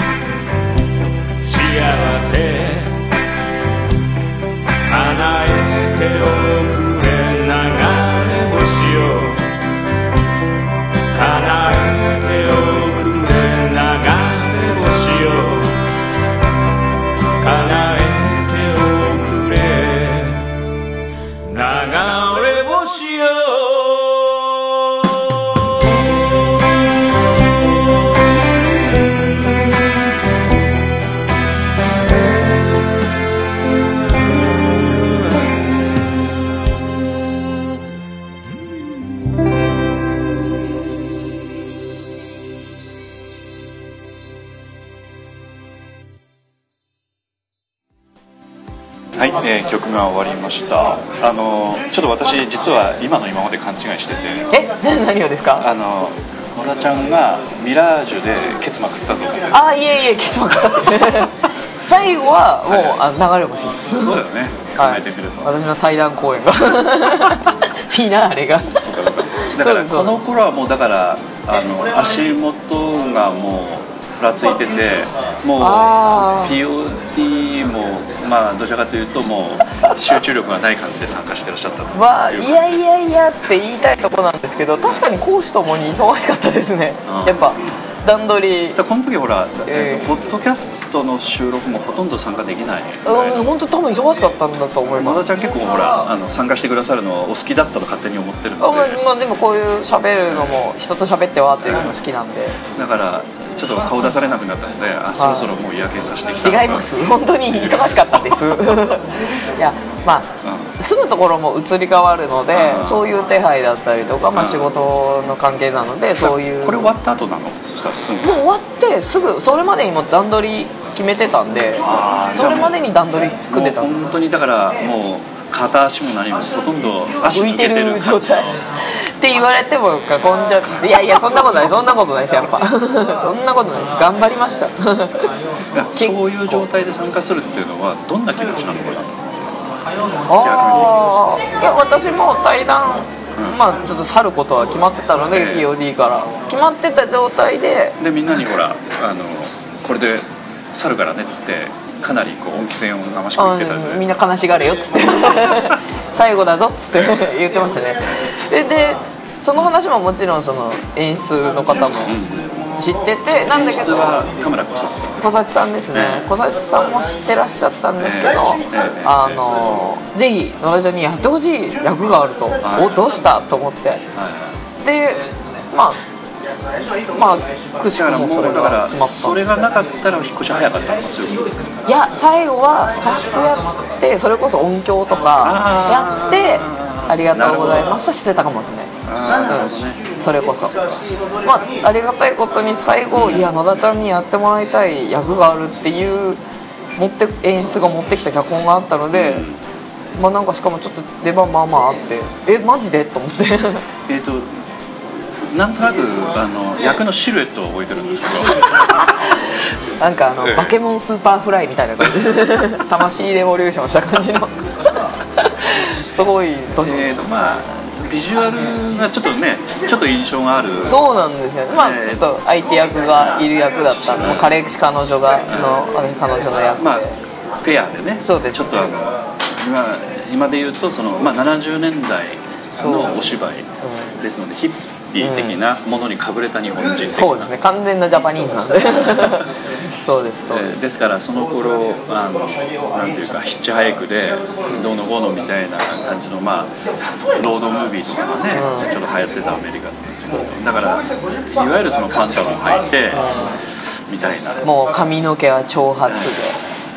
幸せ叶えておくれ流れ星よ叶えておくれ流れ星よ叶え流れ星よはい、えー、曲が終わりました。あのちょっと私実は今の今まで勘違いしてて、 え何をですか？ あの野田ちゃんがミラージュでケツまくったと思う。 ああいえいえケツまくったって最後はもう、はい、あ流れ星です。 そうだよね、考えてみると、 はい、私の対談公演がフィナーレがそうかだからこの頃はもうだからあの足元がもうふらついてて、もう ピーオーディー もまあどちらかというともう集中力がない感じで参加してらっしゃったとまあいやいやいやって言いたいところなんですけど、確かに講師ともに忙しかったですね。やっぱ段取りだこの時ほら、えー、ポッドキャストの収録もほとんど参加できない、 うん、本当多分忙しかったんだと思います。 野田ちゃん結構ほらあの参加してくださるのお好きだったと勝手に思ってるので、 あ、まあ、でもこういう喋るのも人と喋ってはっていうのも好きなんで、 だからちょっと顔出されなくなったので、あそろそろもう嫌気させてきた。 違います、本当に忙しかったですいやまあ、うん、住むところも移り変わるので、そういう手配だったりとか、まあ、仕事の関係なので、そういうこれ終わった後なの？そしたらすぐもう終わってすぐそれまでにも段取り決めてたんで、それまでに段取り組んでたんです。 本当にだからもう片足も何もほとんど足浮いてる状態って言われても過言じゃ、いやいやそんなことないそんなことないですやっぱそんなことない、頑張りましたそういう状態で参加するっていうのはどんな気持ちなのかなと思って。 ああいや私も対談、うん、まあちょっと去ることは決まってたので、えー、ピーオーディー から決まってた状態ででみんなにほらあのこれで去るからねっつってかなりこう恩着せんを生しく言ってたじゃないですか。 みんな悲しがれよっつって最後だぞっつって言ってましたね。ででその話ももちろんその演出の方も知ってて、なんだけど田村小冊さん小冊さんですね、小冊さんも知ってらっしゃったんですけど、あのぜひ野田ちゃんにやってほしい役があると、おどうしたと思って、でまあまあくしくもそれが決まったんです。 それがなかったら引っ越し早かったのかそういうことですか？ いや最後はスタッフやってそれこそ音響とかやってありがとうございますしてたかもしれないです。うん、それこそまあありがたいことに最後、いや野田ちゃんにやってもらいたい役があるっていう持って演出が持ってきた脚本があったので、まあなんかしかもちょっと出番まあまああって、えマジでと思ってえっとなんとなくあの役のシルエットを覚えてるんですけどなんかあの、ええ、バケモンスーパーフライみたいな感じで魂レボリューションした感じのすごい年でした。 まあビジュアルがちょっとねちょっと印象がある。 そうなんですよね。まあ、えー、ちょっと相手役がいる役だったの、彼氏彼女がの彼女の役で、 まあ、ペアでね。 そうです、ね、 ちょっとあの今今で言うとその、まあ、ななじゅうねんだいのお芝居ですので、ヒッピー的なものにかぶれた日本人的な、うん、 そうですね、完全なジャパニーズなんでそうですそうです、 えー、ですからその頃あのなんていうかヒッチハイクでどうのこうのみたいな感じの、まあ、ロードムービーとかがね、うん、ちょっと流行ってたアメリカで、だからいわゆるそのパンタロン履いて、うん、みたいな、 もう髪の毛は長髪で、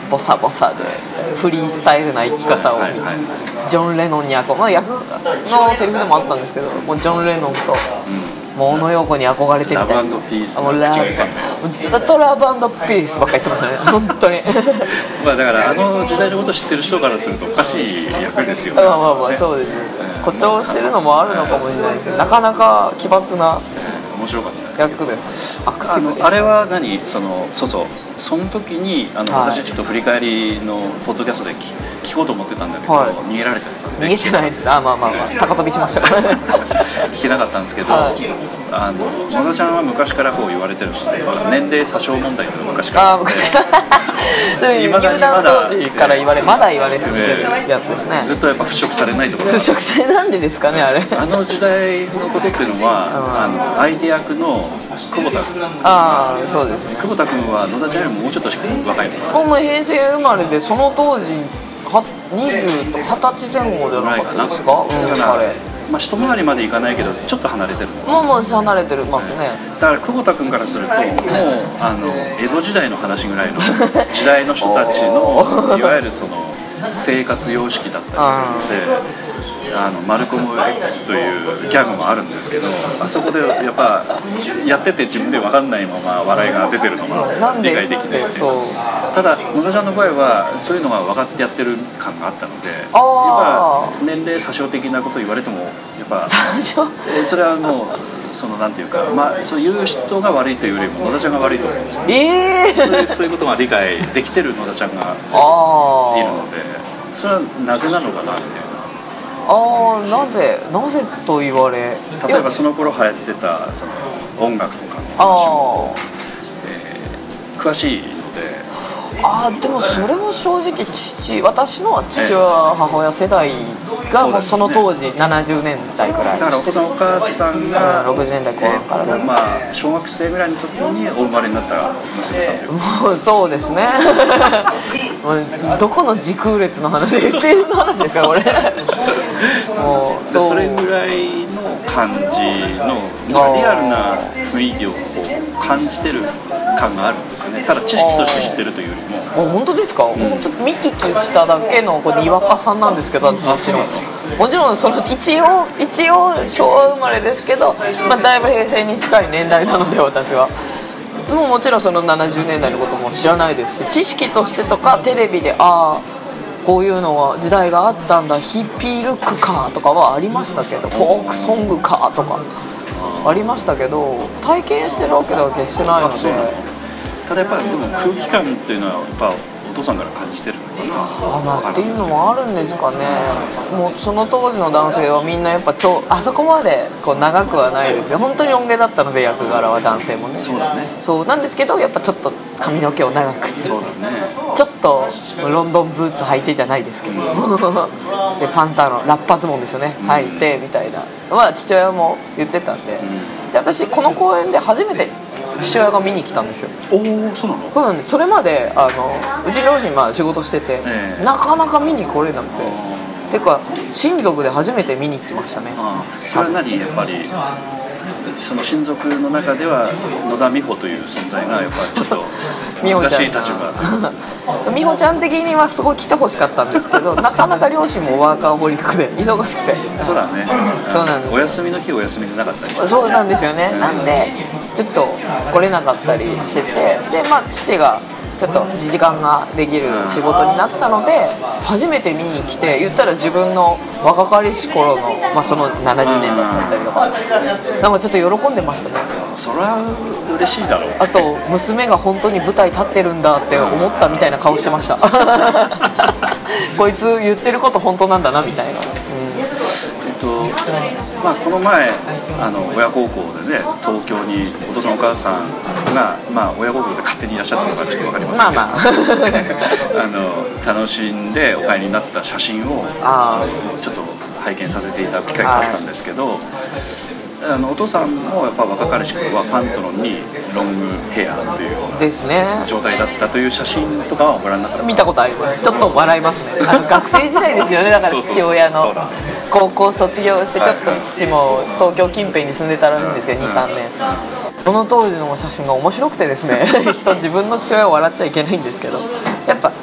ボサボサでフリースタイルな生き方を、はいはい、ジョン・レノンに憧れ、まあ、役のセリフでもあったんですけど、もうジョン・レノンと、うん、もう小野陽子に憧れてみたいな、 ラブ&ピースの口癖ね、 ずっとラブ&ピースばっかり言ってますね本当にまあだからあの時代のこと知ってる人からするとおかしい役ですよね。 まあまあまあそうですね、誇張してるのもあるのかもしれないけど、なかなか奇抜な面白かったです役です。 あのあれは何そのそうそうその時にあの、はい、私ちょっと振り返りのポッドキャストで聞, 聞こうと思ってたんだけど、はい、逃げられてたんで逃げてないです。あまあまあまあ高飛びしました聞けなかったんですけど、はい、あの野田ちゃんは昔からこう言われてるし、年齢詐称問題というのが昔からあって入団当時から言われまだ言われ続けるやつですね。 ずっとやっぱ払拭されないところ払拭されなんでですかねあれあの時代のことっていうのは、うん、あの相手役の久保田君、 ああそうですね、 久保田君は野田ちゃんよりももうちょっと若いのかな。 もう平成生まれでその当時はにじゅうとはたち前後じゃなかったですか。 だから、うんまあ、一回りまでいかないけどちょっと離れてるの。もうもう離れてますね。 だから久保田君からするともうあの江戸時代の話ぐらいの時代の人たちのいわゆるその生活様式だったりするので。あのマルコム X というギャグもあるんですけど、あそこでやっぱやってて自分で分かんないまま笑いが出てるのが理解できない。ただ野田ちゃんの場合はそういうのが分かってやってる感があったので、やっぱ年齢詐称的なことを言われてもやっぱそれはもうそのなんていうか、まあ、そういう人が悪いというよりも野田ちゃんが悪いと思うんですよ、 えー、 そういう、そういうことが理解できてる野田ちゃんがいるので、それはなぜなのかなみたいな。 ああなぜなぜと言われ、 例えばその頃流行ってたその音楽とかの話も、えー、詳しいので。 あでもそれも正直父私の父親母親世代がもうその当時ななじゅうねんだいくらいだからお父さんお母さんがろくじゅうねんだいこう半から、 えーまあ、小学生ぐらいの時にお生まれになった娘さんというもうそうですねどこの時空列の話 エスエフ の話ですかこれもう そ, それぐらいの感じの、まあ、リアルな雰囲気をこう感じてる感があるんですよね。ただ知識として知ってるというよりも。 あ本当ですか、うん、本当見聞きしただけのこうにわかさんなんですけど、もちろんもちろんその一応一応昭和生まれですけど、まあ、だいぶ平成に近い年代なので私はでももちろんそのななじゅうねんだいのことも知らないですし、知識としてとかテレビでああこういうのは時代があったんだ、ヒッピールックかとかはありましたけど、フォークソングかとかありましたけど、体験してるわけでは決してないので。 ただやっぱりでも空気感っていうのはやっぱお父さんから感じてるのかな。 あまあっていうのもあるんですかね。もうその当時の男性はみんなやっぱ超あそこまでこう長くはないですね。本当にロン毛だったので役柄は男性もね。 そうだね。 そうなんですけどやっぱちょっと髪の毛を長くする。 そうだね。 ちょっとロンドンブーツ履いてじゃないですけど、でパンタロンラッパズボンですよね、うん、履いてみたいな。まあ父親も言ってたんで、うん、で私この公演で初めて父親が見に来たんですよ。 おおそうなの。 そうなんです。それまであのうちの両親まあ仕事してて、えー、なかなか見に来れなくて、てか親族で初めて見に来ましたね。 あそれは何やっぱりその親族の中では野田美穂という存在がやっぱりちょっと難しい立場ということですか。 美穂ちゃん的にはすごい来てほしかったんですけどなかなか両親もワーカーホリックで忙しくて。 そうだね。 そうなんです。 お休みの日お休みでなかったりして。 そうなんですよね、うん、なんでちょっと来れなかったりしてて、でまあ父がちょっと時間ができる仕事になったので初めて見に来て、言ったら自分の若かりし頃の、まあ、そのななじゅうねんだったりとかなんかちょっと喜んでましたね。 それは嬉しいだろう。 あと娘が本当に舞台立ってるんだって思ったみたいな顔してましたこいつ言ってること本当なんだなみたいな、うん、 えっとまあ、この前あの親孝行でね東京にお父さんお母さんが、まあ、親孝行で勝手にいらっしゃったのかちょっと分かりませんけど、まあまあ、あの楽しんでお帰りになった写真をちょっと拝見させていただく機会があったんですけど、あのお父さんもやっぱ若かりし頃はパントロンにロングヘアというですね状態だったという写真とかはご覧になったら。 見たことあります。ちょっと笑いますね。あの学生時代ですよね。だから父親の高校卒業してちょっと父も東京近辺に住んでたらしいんですけど にさんねん、その当時の写真が面白くてですね人自分の父親を笑っちゃいけないんですけど、やっぱ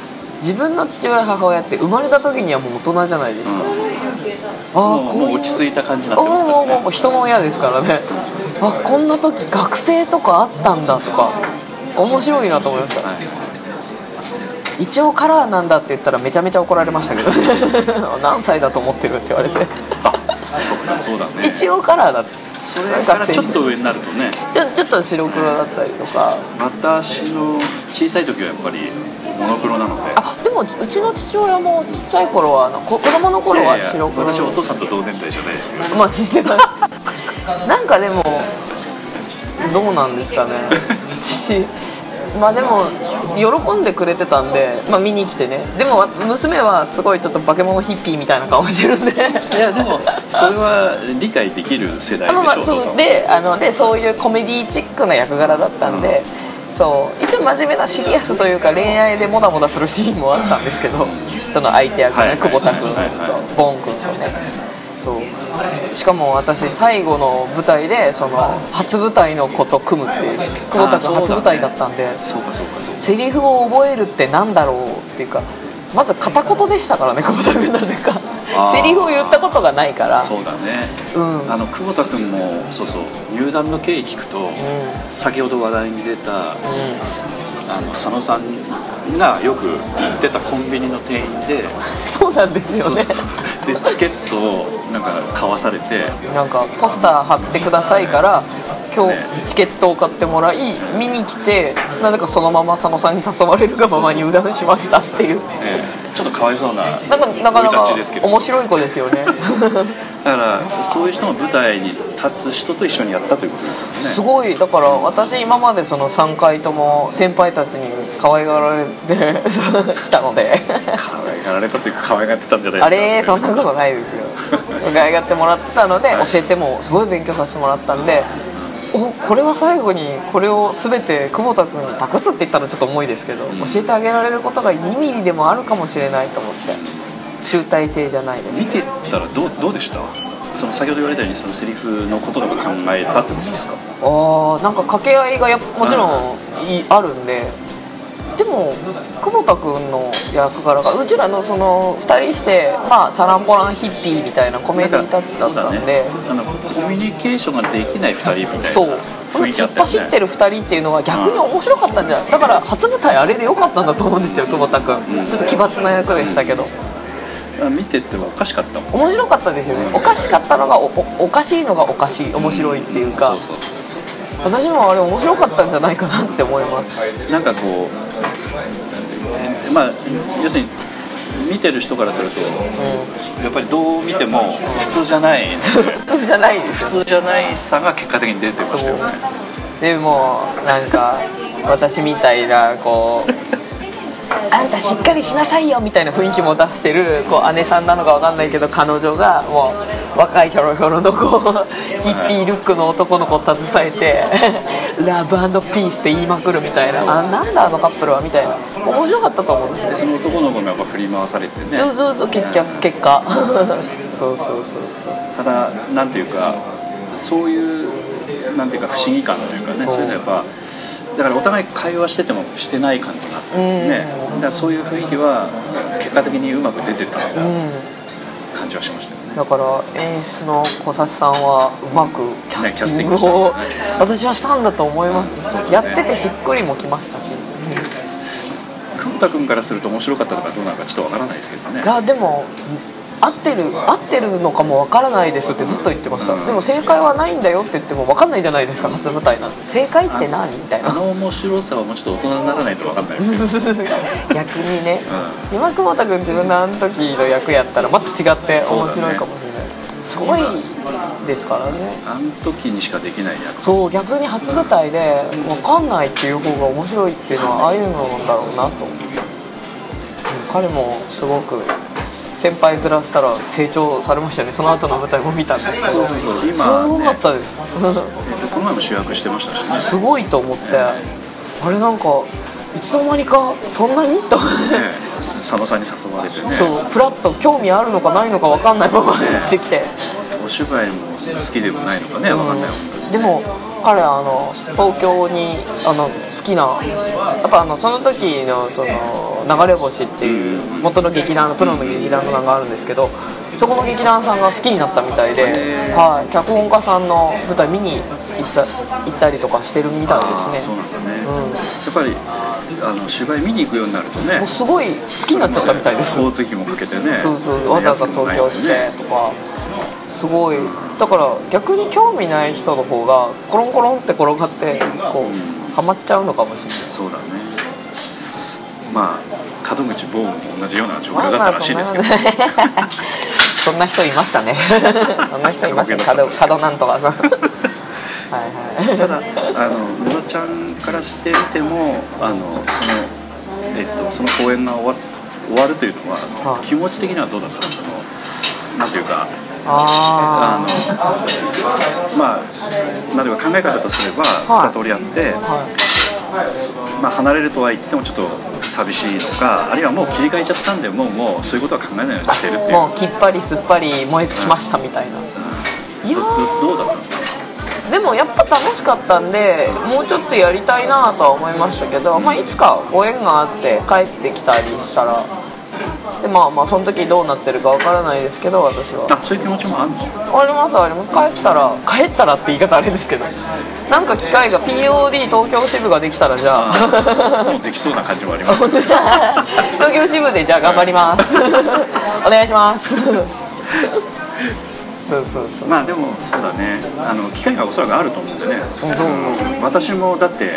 自分の父親母親って生まれた時にはもう大人じゃないですか、うん、ああこういうもう落ち着いた感じになってますからね。 もうもう人の親ですからね。あこんな時学生とかあったんだとか面白いなと思いました、はい、一応カラーなんだって言ったらめちゃめちゃ怒られましたけど何歳だと思ってるって言われてあそうかそうだね、 一応カラーだってそれからちょっと上になるとねちょ、ちょっと白黒だったりとか。 私の小さい時はやっぱりモノクロなので。 あでもうちの父親もちっちゃい頃は子供の頃は白黒。 いやいや私お父さんと同年代じゃないですよ。 まあ知ってますなんかでもどうなんですかね父まあでも喜んでくれてたんで、まあ、見に来てね。でも娘はすごいちょっと化け物ヒッピーみたいな顔してるんでいやでもそれは理解できる世代でしょ、まあ、お父さんは。であのでそういうコメディチックな役柄だったんで、うん、そう一応真面目なシリアスというか恋愛でモダモダするシーンもあったんですけどその相手役ね、はい、久保田君とボン君とね。そうしかも私最後の舞台でその初舞台の子と組むっていう久保田君初舞台だったんで、セリフを覚えるってなんだろうっていうかまず片言でしたからね久保田君なぜかセリフを言ったことがないから。 そうだね、うん、あの久保田君もそうそう入団の経緯聞くと、うん、先ほど話題に出た、うん、あの佐野さんがよく行ってたコンビニの店員でそうなんですよね。 そうそうでチケットをなんか買わされてなんかポスター貼ってくださいから今日チケットを買ってもらい見に来てなぜかそのまま佐野さんに誘われるがまま入団しましたっていう、 ええ、ちょっとかわいそうななんかなかなか面白い子ですよねだからそういう人の舞台に立つ人と一緒にやったということですよね。 すごいだから私今までそのさんかいとも先輩たちに可愛がられてきたので可愛がられたというか可愛がってたんじゃないですか、 あれそんなことないですよ可愛がってもらったので教えてもすごい勉強させてもらったんでおこれは最後にこれを全て久保田君に託すって言ったらちょっと重いですけど、うん、教えてあげられることがにミリでもあるかもしれないと思って集大成じゃないです。 見てたらどう、どうでした？その先ほど言われたようにそのセリフのこととか考えたってことですか？ ああなんか掛け合いがやもちろんいあるんででも久保田君の役柄がうちらのそのふたりしてまあチャランポランヒッピーみたいなコメディタッチだったんで、ね、 あのコミュニケーションができないふたりみたいなそう雰囲気あったよね。突っ走ってるふたりっていうのは逆に面白かったんじゃない、うん、だから初舞台あれで良かったんだと思うんですよ久保田君、うん、ちょっと奇抜な役でしたけど見ててもおかしかったもん。 面白かったですよね。おかしかったのが お, お, おかしいのがおかしい面白いっていうか、 うん、そうそうそうそう私もあれ面白かったんじゃないかなって思います。 なんかこうまあ要するに見てる人からすると、うん、やっぱりどう見ても普通じゃない普通じゃないです普通じゃないさが結果的に出てましたよね。 でもなんか私みたいなこうあんたしっかりしなさいよみたいな雰囲気も出してるこう姉さんなのか分かんないけど彼女がもう若いヒョロヒョロのこうヒッピールックの男の子を携えてラブ&ピースって言いまくるみたいなあなんだあのカップルはみたいな面白かったと思うんですよ。 でその男の子もやっぱ振り回されてねそうそうそう結果結果そうそうそうそうただなんていうかそういうなんていうか不思議感というかねそういうのはやっぱだからお互い会話しててもしてない感じがあってね、だからそういう雰囲気は結果的にうまく出てた感じはしましたよね。 だから演出の小指さんはうまくキャスティングを、ね、私はしたんだと思います、ね、やっててしっくりもきましたし、 久保田君からすると面白かったのかどうなのかちょっとわからないですけどね。 いやでも合ってる合ってるのかもわからないですってずっと言ってました、うん、でも正解はないんだよって言ってもわかんないじゃないですか初舞台なんて正解って何みたいなあの面白さはもうちょっと大人にならないとわかんないですけど逆にね、うん、今久保田君自分のあの時の役やったらまた違って面白いかもしれない、ね、すごいですからねあの時にしかできない役そう逆に初舞台でわかんないっていう方が面白いっていうのはああいうのなんだろうなと彼もすごく先輩ずらしたら成長されましたね。その後の舞台も見たんですけどそうそうそう今、ね、 すごかったですこの前も主役してましたしねすごいと思って、えー、あれなんかいつの間にかそんなにと思って、ね、 佐野さんに誘われてねそうフラッと興味あるのかないのか分かんないままやってきて、ね、 お芝居も好きでもないのかね分かんない、うん、本当にでも彼はあの東京にあの好きなやっぱあのその時のその流れ星っていう元の劇団のプロの劇団があるんですけど、そこの劇団さんが好きになったみたいで、はい、脚本家さんの舞台見に行った行ったりとかしてるみたいですね。 そうなんだね、うん、やっぱりあの芝居見に行くようになるとね、 もうすごい好きになっちゃったみたいです。 交通費もかけてね、 そうそうそう、わざわざ東京来てとか、すごい。だから逆に興味ない人の方がコロンコロンって転がってこうハマっちゃうのかもしれない。 そうだね。まあ門口ボーンも同じような状況だったらしいですけど、まあまあそんな人いましたね。そんな人いましたね。角角なんとかさ。はいはい。 ただあの野田ちゃんからしてみてもあのそのえっとその公演が終わ終わるというのは、はい、気持ち的にはどうだったんですか。なんていうか。あのまあなんていうか考え方とすれば二通りあって、はいはい、まあ離れるとは言ってもちょっと寂しいのか、あるいはもう切り替えちゃったんでもうもうそういうことは考えないようにしてるっていう、 もうきっぱりすっぱり燃え尽きましたみたいな、うんうん、いやど, どうだったのかな。でもやっぱ楽しかったんでもうちょっとやりたいなとは思いましたけど、まあ、いつかご縁があって帰ってきたりしたらで、まあまあその時どうなってるかわからないですけど、私はあそういう気持ちもあるの。 ありますあります。帰ったら帰ったらって言い方あれですけど、なんか機会が ピーオーディー 東京支部ができたらじゃあ、 あもうできそうな感じもあります、ね、 東京支部でじゃあ頑張りますお願いしますそうそうそう。 まあでもそうだね、あの機会がおそらくあると思うんでね、うん、私もだって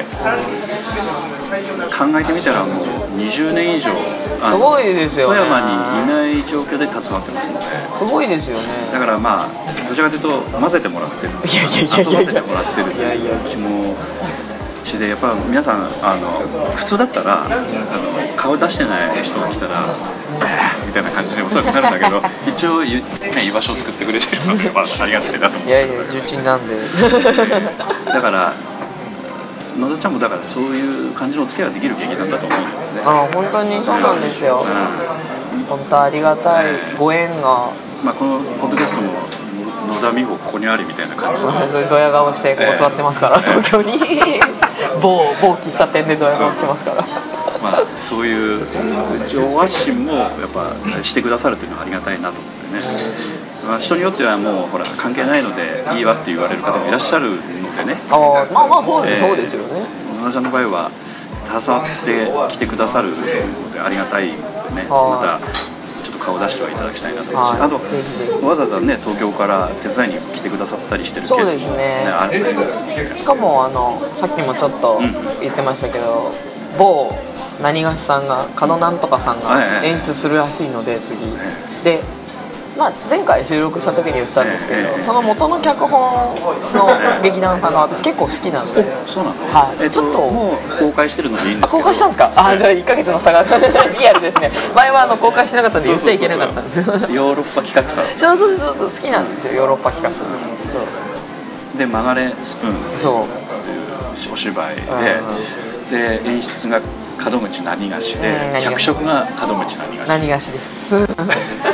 考えてみたらもうにじゅうねん以上すごいですよね、 富山にいない状況で携わってますので、 すごいですよね。 だからまあどちらかというと混ぜてもらってる、 いやいやいやいや遊ばせてもらってるという気持ちで、やっぱ皆さんあの普通だったらあの顔出してない人が来たらみたいな感じでおそらくなるんだけど一応、ね、居場所を作ってくれてるので、まあ、ありがたいなと思って。 いやいや重鎮なんでだから野田ちゃんもだからそういう感じのお付き合いができる劇団だと思うんだよね。 あ本当にそうなんですよ、うん、本当ありがたいご縁が、 まあ、このポッドキャストも野田美穂ここにありみたいな感じでそういうドヤ顔してここ座ってますから、えー、東京に某, 某喫茶店でドヤ顔してますからまあ、そういう上発信もやっぱしてくださるというのはありがたいなと思ってね、まあ、人によってはもうほら関係ないのでいいわって言われる方もいらっしゃるのでね。 あまあまあそうです、えー、そうですよね。 野田ちゃんの場合は携わってきてくださるのでありがたいのでね、またちょっと顔出してはいただきたいなと思うし、あとわざわざね東京から手伝いに来てくださったりしてるケースも、ねね、あるんですね。 しかもあのさっきもちょっと言ってましたけど、うん、某何がしさんが角なんとかさんが演出するらしいので次で、まあ、前回収録した時に言ったんですけど、その元の脚本の劇団さんが私結構好きなんですよ。 そうなの、 はいえっと、ちょっともう公開してるのでいいんですけど。 公開したんですか。あ、じゃあいっかげつの差がリアルですね。前はあの公開してなかったんで言っちゃいけなかったんですよ。 ヨーロッパ企画さんそうそうそうそう好きなんですよ、ヨーロッパ企画さん。 そうで曲がれスプーンというお芝居で、で演出が門口何がしで、うん、脚色が門口何がし何がしですそうそうそう、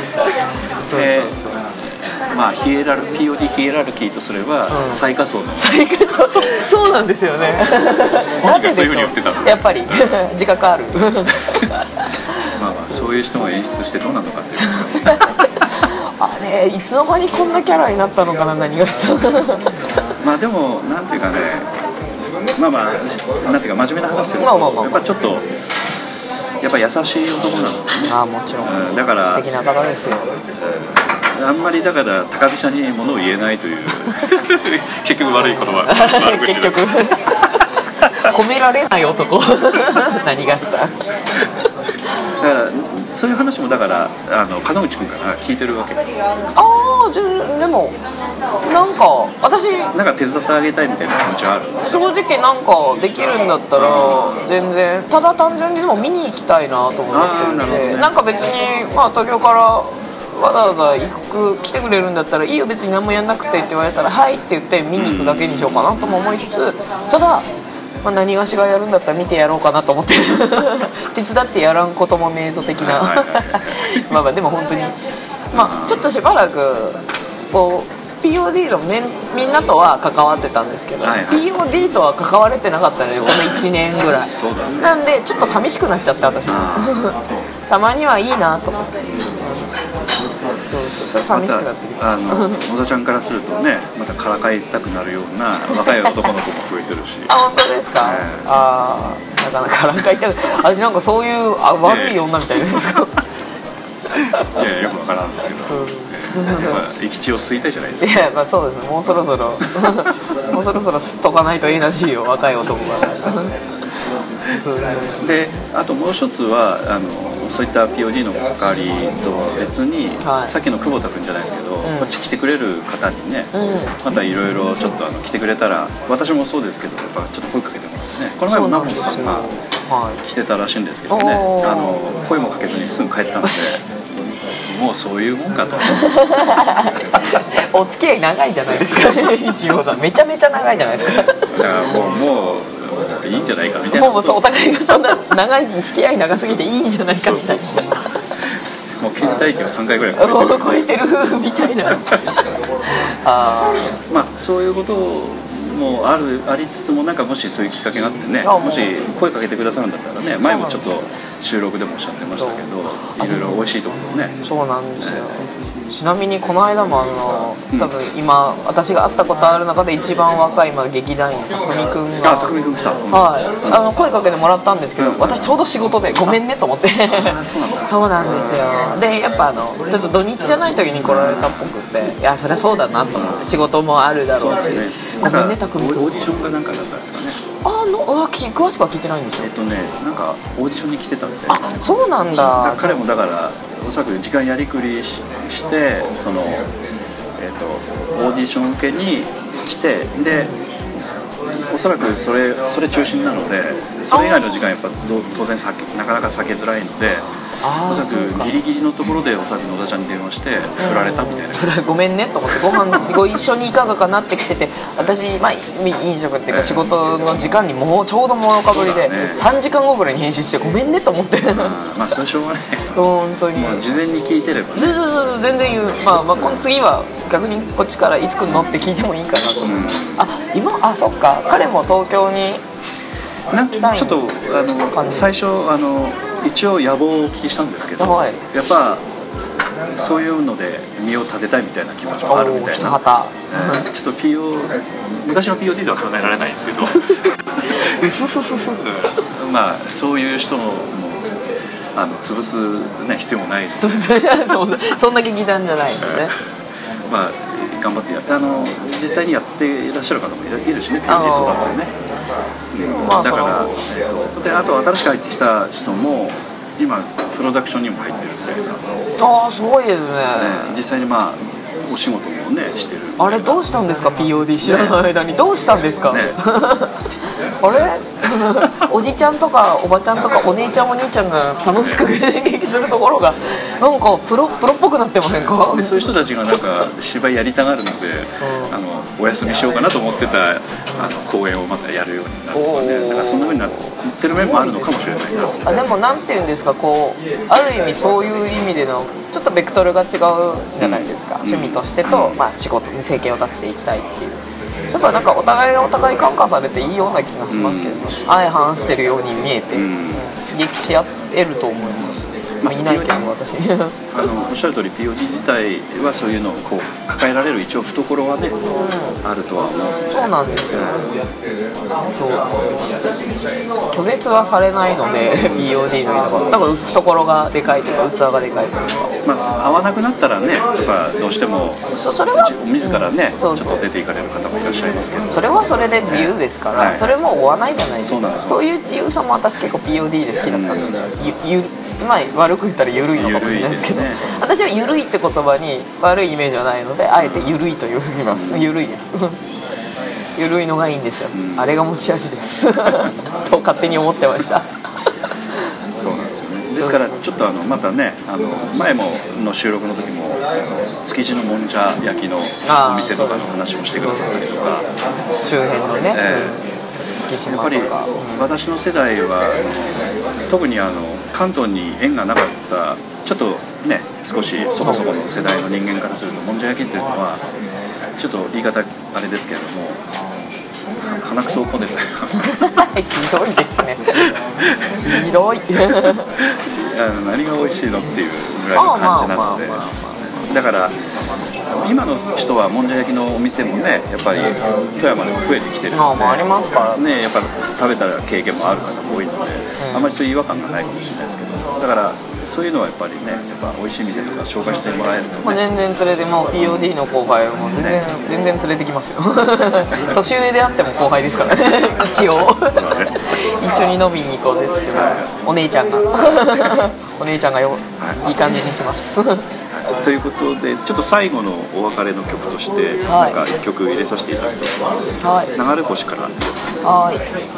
まあヒエラル ピーオーディー ヒエラルキーとすれば、うん、最下層の最下層そうなんですよねなぜでしょう、やっぱり自覚あるまあまあそういう人が演出してどうなのかっていうあれいつの間にこんなキャラになったのかな何がしさまあでもなんていうかね、まあまあなんていうか真面目な話すると、まあまあまあ、やっぱちょっとやっぱ優しい男なの、ね、 ああもちろん、 うん、だから素敵な方ですよ、 うん、あんまりだから高飛車に物を言えないという結局悪い言葉結局褒められない男何がしただからそういう話もだからあの門口君から聞いてるわけ。ああでもなんか私なんか手伝ってあげたいみたいな気持ちはある。 正直なんかできるんだったら全然ただ単純にでも見に行きたいなと思ってるんで、な, ね、なんか別に、まあ、東京からわざわざ行く来てくれるんだったらいいよ別に何もやんなくてって言われたらはいって言って見に行くだけにしようかなとも思いつつ、ただまあ、何がしがやるんだったら見てやろうかなと思って手伝ってやらんこともねえぞ的なまあまあでも本当に、まあ、ちょっとしばらくこうピーオーディー のメンみんなとは関わってたんですけど、はいはい、ピーオーディー とは関われてなかったのでこのいちねんぐらいそうだ、ね、 なんでちょっと寂しくなっちゃって私もたまにはいいなと思ってそうそう寂しくなってきました、 ま、あの野田ちゃんからするとねまたからかいたくなるような若い男の子も増えてるしあ本当ですか、ね、ああなかなかからかいたく私なんかそういうあ悪い女みたいですかいやよくわからんですけどそう生き血を吸いたいじゃないですか。 いやまあそうですねもうそろそろもうそろそろ吸っとかないといいらしいよ若い男がそうであともう一つはあのそういった ピーオーディー の関わりと別に、はい、さっきの久保田君じゃないですけど、うん、こっち来てくれる方にね、うん、またいろいろちょっとあの来てくれたら私もそうですけどやっぱちょっと声かけてもらってねこの前も南本さんが来てたらしいんですけどね、あの声もかけずにすぐ帰ったのでもうそういうもんかとお付き合い長いじゃないですか一応さんめちゃめちゃ長いじゃないですかだからもうもういいんじゃないかみたいなもうそうお互いがそんな長い付き合い長すぎていいんじゃないかみたいなもう倦怠期をさんかいぐらい超えてる夫婦みたいなあまあそういうこともあるありつつもなんかもしそういうきっかけがあってねもし声かけてくださるんだったらね前もちょっと収録でもおっしゃってましたけどいろいろ美味しいところねそうなんですよ、えー、ちなみにこの間もあの多分今私が会ったことある中で一番若い今劇団員の匠くんがあ匠くん来た、 はい、あの声かけてもらったんですけど、うん、私ちょうど仕事でごめんねと思ってあそうなんだそうなんですよでやっぱあのちょっと土日じゃない時に来られたっぽくていやそりゃそうだなと思って仕事もあるだろうしごめんね匠くんオーディションかなんかだったんですかねあのあ詳しくは聞いてないんですよえっとねなんかオーディションに来てたみたいですよあそうなんだ彼もだからおそらく時間やりくり し, してその、えっと、オーディション受けに来てでおそらくそれそれ中心なのでそれ以外の時間やっぱ当然なかなか避けづらいのでおそらくギリギリのところでおそらく野田ちゃんに電話して振られたみたいなごめんねと思ってご飯ご一緒にいかがかなって来てて私、まあ、飲食っていうか仕事の時間にもうちょうどものかぶりで、ね、さんじかんごぐらいに編集してごめんねと思ってまあそれしょうがない本当にもう事前に聞いてれば、ね、 全然全然言う、まあ、まあこの次は逆にこっちからいつ来るのって聞いてもいいかなと思って、うん、あ今あそっか彼も東京になんかちょっとあの最初あの一応野望をお聞きしたんですけど、はい、やっぱそういうので身を立てたいみたいな気持ちもあるみたいな、ちょっと ピーオー 昔の ピーオーディー では考えられないんですけどまあそういう人もつあの潰す、ね、必要もないそそんな劇団じゃないのねまあ頑張ってやあの実際にやっていらっしゃる方もいるしね ピーオーディー 育ってねうんまあ、だから、えー、とであと新しく入ってきた人も今プロダクションにも入ってるみたいなああすごいですね、ね実際にまあお仕事もねしてるあれどうしたんですか ピーオーディー 知らない間にどうしたんですか、ね、あれおじちゃんとかおばちゃんとかお姉ちゃんお兄ちゃんが楽しく演劇するところがなんかプロ、プロっぽくなってませんかそういう人たちがなんか芝居やりたがるので、うん、あのお休みしようかなと思ってたあの公演をまたやるようになるとかねだからそんな風になってる面もあるのかもしれないなあでもなんていうんですかこうある意味そういう意味でのちょっとベクトルが違うじゃないですか、うん、趣味としてと、うんまあ、仕事に生計を立てていきたいっていうやっぱなんかお互いがお互い感化されていいような気がしますけど、ねうん、相反してるように見えて、うん、刺激し合えると思います、まあ、いないけど私あのおっしゃる通り ピーオーディー 自体はそういうのをこう抱えられる一応懐はね、うん、あるとは思うそうなんですよ、うん、そう拒絶はされないのでピーオーディー のいいのが多分懐がでかいとか器がでかいとかまあ、合わなくなったらねやっぱどうしてもそそれは自らね、うん、ちょっと出ていかれる方もいらっしゃいますけどそれはそれで自由ですから、ねはい、それも追わないじゃないですか そうなんですそういう自由さも私結構 ピーオーディー で好きだったんですよ、うん、ゆゆまあ、悪く言ったら緩いのかもしれないですけどです、ね、私は緩いって言葉に悪いイメージはないのであえて緩いというふうに言います、うん、緩いです緩いのがいいんですよ、うん、あれが持ち味ですと勝手に思ってましたそうなんですよねですからちょっとあのまたねあの前もの収録の時もあの築地のもんじゃ焼きのお店とかの話もしてくださったりとか周辺のね、えー、やっぱり私の世代は特にあの関東に縁がなかったちょっとね少しそこそこの世代の人間からするともんじゃ焼きっていうのはちょっと言い方あれですけれども鼻くそをこねたひどいですねひどい何が美味しいのっていうぐらいの感じなので、だから今の人はもんじゃ焼きのお店もねやっぱり富山でも増えてきてるので、 ありますからね、やっぱ食べた経験もある方も多いので、うん、あんまりそういう違和感がないかもしれないですけど、だからそういうのはやっぱりねやっぱ美味しい店とか紹介してもらえると、ね、 全然連れてもう ピーオーディー の後輩も全然、ね、全然連れてきますよ年上であっても後輩ですからね一応、ね、一緒に飲みに行こうぜって言ってお姉ちゃんがお姉ちゃんがよいい感じにしますということでちょっと最後のお別れの曲として、はい、なんか一曲入れさせていただくとすると、はい、流れ星からはい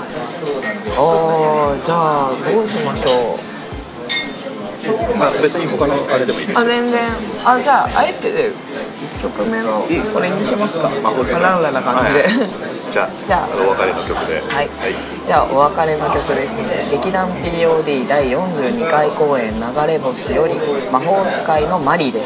あじゃあどうしましょう。 まあ、別に他のあれでもいいですよ。 あ全然あじゃああえていっきょくめのこれにしますか、まあ、ランラな感じで、はい、 じゃあ、じゃあお別れの曲で、 はい、はい、じゃあお別れの曲ですね。劇団 ピーオーディー だいよんじゅうにかい公演流れ星より魔法使いのマリです。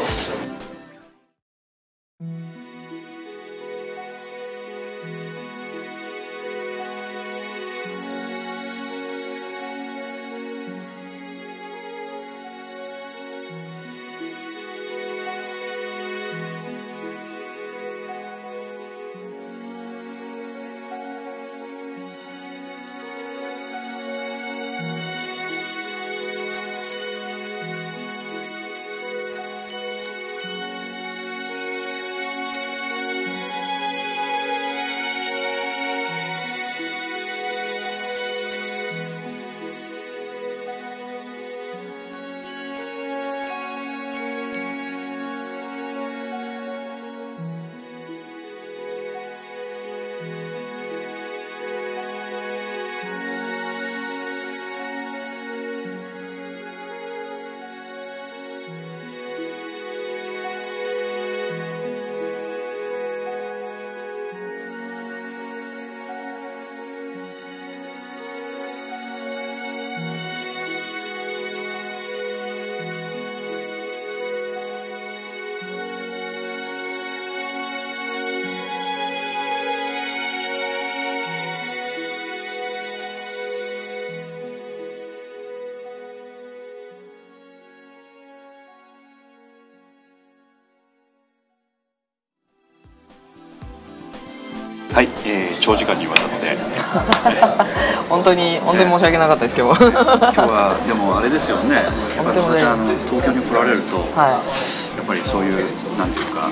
はい、えー、長時間にわたって本当に本当に申し訳なかったですけど今日はでもあれですよねやっぱり私あの東京に来られると、はい、やっぱりそういうなんていうか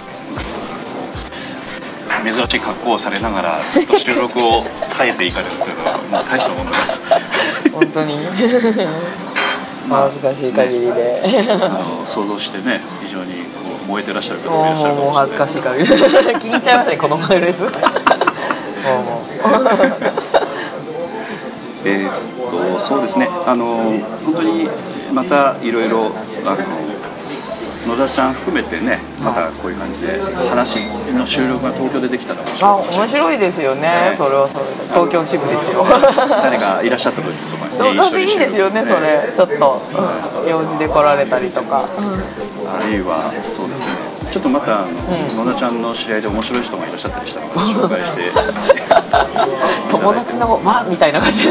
珍しい格好をされながらずっと収録を耐えていかれるというのはもう大したものだ本当に恥ずかしい限りであの想像してね非常に燃えてらっしゃる方もいらっしゃるかもしれない。もう恥ずかしい限り気に入っちゃいましたねこのマイレーズえっとそうですねあの本当にまたいろいろあの野田ちゃん含めてねまたこういう感じで話の収録が東京でできたら面白いあ面白いですよね、ね、それはそれで東京支部ですよ誰がいらっしゃった時とかに、ね、 そうだっていいんですよね、ね、それちょっと、うん、用事で来られたりとか、うん、 あるいはそうですねちょっとまたあの、うん、野田ちゃんの知り合いで面白い人がいらっしゃったりしたらまた紹介して友達の輪みたいな感じ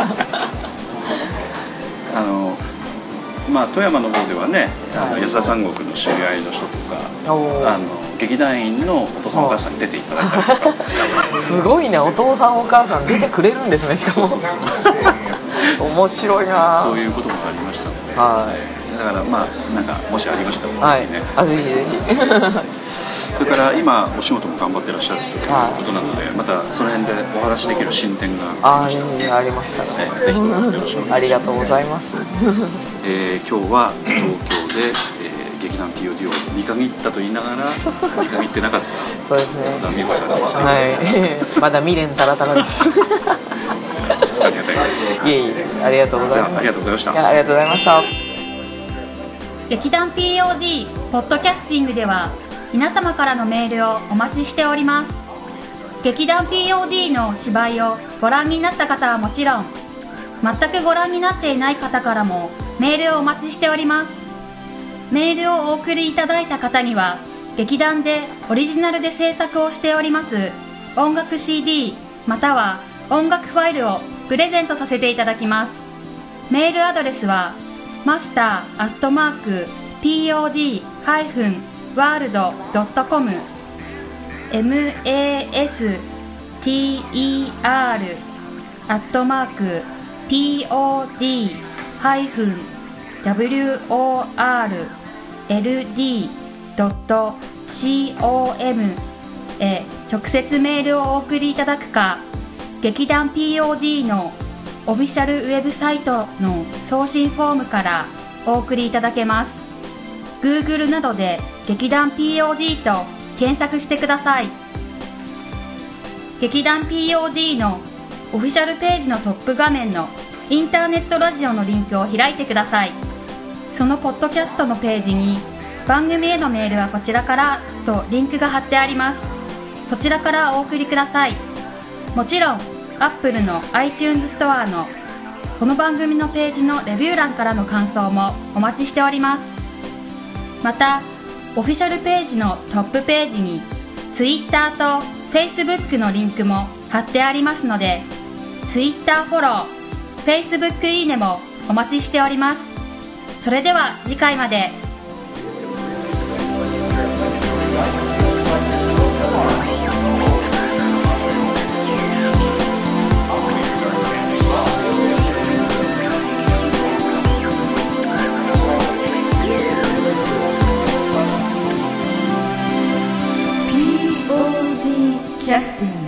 あのまあ、富山の方ではね、はい、安田三国の知り合いの人とかあの劇団員のお父さんお母さんに出ていただいたりとかすごいねお父さんお母さん出てくれるんですねしかもそうそうそう面白いなそういうこともありましたので、はい、だからまあなんかもしありましたら、 はい、 ぜひねあぜひぜひそれから今お仕事も頑張ってらっしゃるということなので、はい、またその辺でお話しできる進展がありましたあありましたね、 ぜひともよろしくお願いしますありがとうございますえー、今日は東京で、えー、劇団 ピーオーディー を見限ったと言いながら見限ってなかったそうですね野田美穂さんに来て、 はい、まだ未練たらたらですありがたいですいえいえありがとうございますありがとうございましたいやありがとうございました劇団 ピーオーディー ポッドキャスティングでは皆様からのメールをお待ちしております。劇団 ピーオーディー の芝居をご覧になった方はもちろん全くご覧になっていない方からもメールをお待ちしております。メールをお送りいただいた方には劇団でオリジナルで制作をしております音楽 シーディー または音楽ファイルをプレゼントさせていただきます。メールアドレスはマスターアットマーク ピーオーディー ハイフン ワールド ドット コム マスター アットマーク ピーオーディー ハイフン ワールド ドット コム へ直接メールをお送りいただくか、劇団 ピーオーディー のオフィシャルウェブサイトの送信フォームからお送りいただけます。 Google などで劇団 ピーオーディー と検索してください。劇団 ピーオーディー のオフィシャルページのトップ画面のインターネットラジオのリンクを開いてください。そのポッドキャストのページに番組へのメールはこちらからとリンクが貼ってあります。そちらからお送りください。もちろん Apple の iTunes ストアのこの番組のページのレビュー欄からの感想もお待ちしております。またオフィシャルページのトップページに Twitter と Facebook のリンクも貼ってありますので、 Twitter フォロー、 Facebook いいねもお待ちしております。それでは次回まで。 ピーオーディー キャスティング